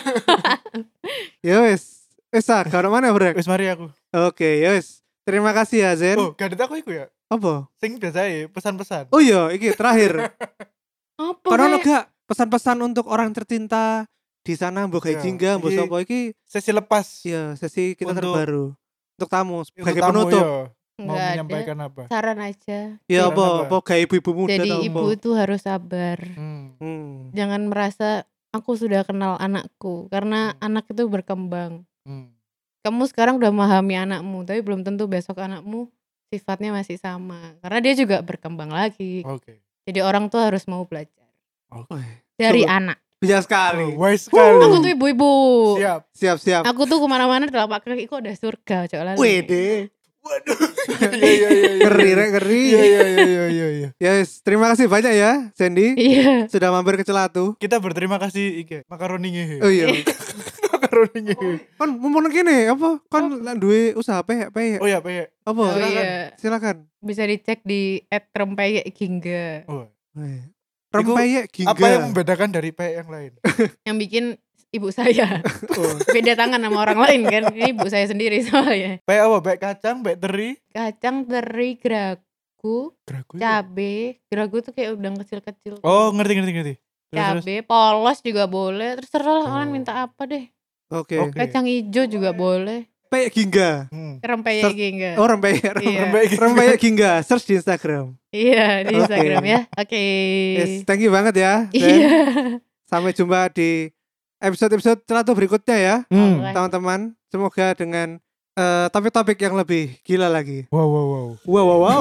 Ya wes. Wes ah, karo mana brek? Wis mari aku. Oke, ya wes. Terima kasih ya Zen. Oh, gadet aku iku ya. Apa? Sing biasa ya pesan-pesan. Oh iya, iki terakhir. Apa Karena ono kayak- gak pesan-pesan untuk orang tercinta di sana mbok gawe Iya, Jingga, mbok iki- sapa iki? Sesi lepas. Iya, sesi kita Untuk- terbaru. Untuk tamu Untuk sebagai tamu, penutup. ya. Mau Nggak ada. menyampaikan apa? Saran aja. Ya Saran apa? apa? Apa gawe ibu-ibu muda Jadi tau ibu apa? itu harus sabar. Hmm. Hmm. Jangan merasa aku sudah kenal anakku karena Hmm. anak itu berkembang. Hmm. Kamu sekarang udah memahami anakmu, tapi belum tentu besok anakmu sifatnya masih sama. Karena dia juga berkembang lagi. Oke. Jadi orang tuh harus mau belajar Wih, dari Coba. anak. Bijak Oh, sekali. wise sekali. Aku tuh ibu-ibu. Siap. Siap, siap. Aku tuh kemana-mana telapak kaki kok udah surga, cok lali. Wede. Waduh. Iya iya iya. iya. Ngeri, rek, ngeri. Iya iya iya iya iya iya. Yes, terima kasih banyak ya, Sandy. Iya. Sudah mampir ke Celatu. Kita berterima kasih iki makaroni ngehe. Oh iya. Makaroni ngehe. Kan mumpung kene apa? Kan lan duwe usaha peyek-peyek. Oh ya, Pe. Apa? Oh silakan. iya. Silakan. Bisa dicek di et rempeyek gingga. Oh. Wih. Rempeyek Gingga. Apa yang membedakan dari Pe yang lain? Yang bikin ibu saya. Oh. Beda tangan sama orang lain kan. Ini ibu saya sendiri soalnya. Pe apa? Pe kacang, pe teri, Kacang, teri, gragu, gragu. ya? cabe. Gragu tuh kayak udang kecil-kecil. Oh, ngerti ngerti ngerti. Terus, terus. Cabe, polos juga boleh. Terserah lah kalian Oh. minta apa deh. Oke. Oke. Kacang hijau juga boleh. Peyek Gingga. Hmm. Rempeyek Ser- gingga. Oh, rempeyek. Iya. Rempeyek. Rempeyek Gingga. Search di Instagram. Iya di Oke. Instagram ya. Oke. Yes, thank you banget ya. Zen. Iya. Sampai jumpa di episode-episode Celatu berikutnya ya, Hmm. Alright. teman-teman. Semoga dengan eh, topik-topik yang lebih gila lagi. Wow wow wow. Wow, wow, wow.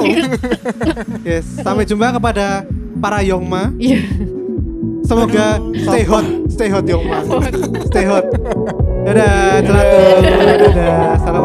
Yes, sampai jumpa kepada para Yongma. Iya. Semoga Aduh, stay sampah. hot, stay hot Yongma. Stay hot. Dadah, Celatu. Dadah. Assalamualaikum.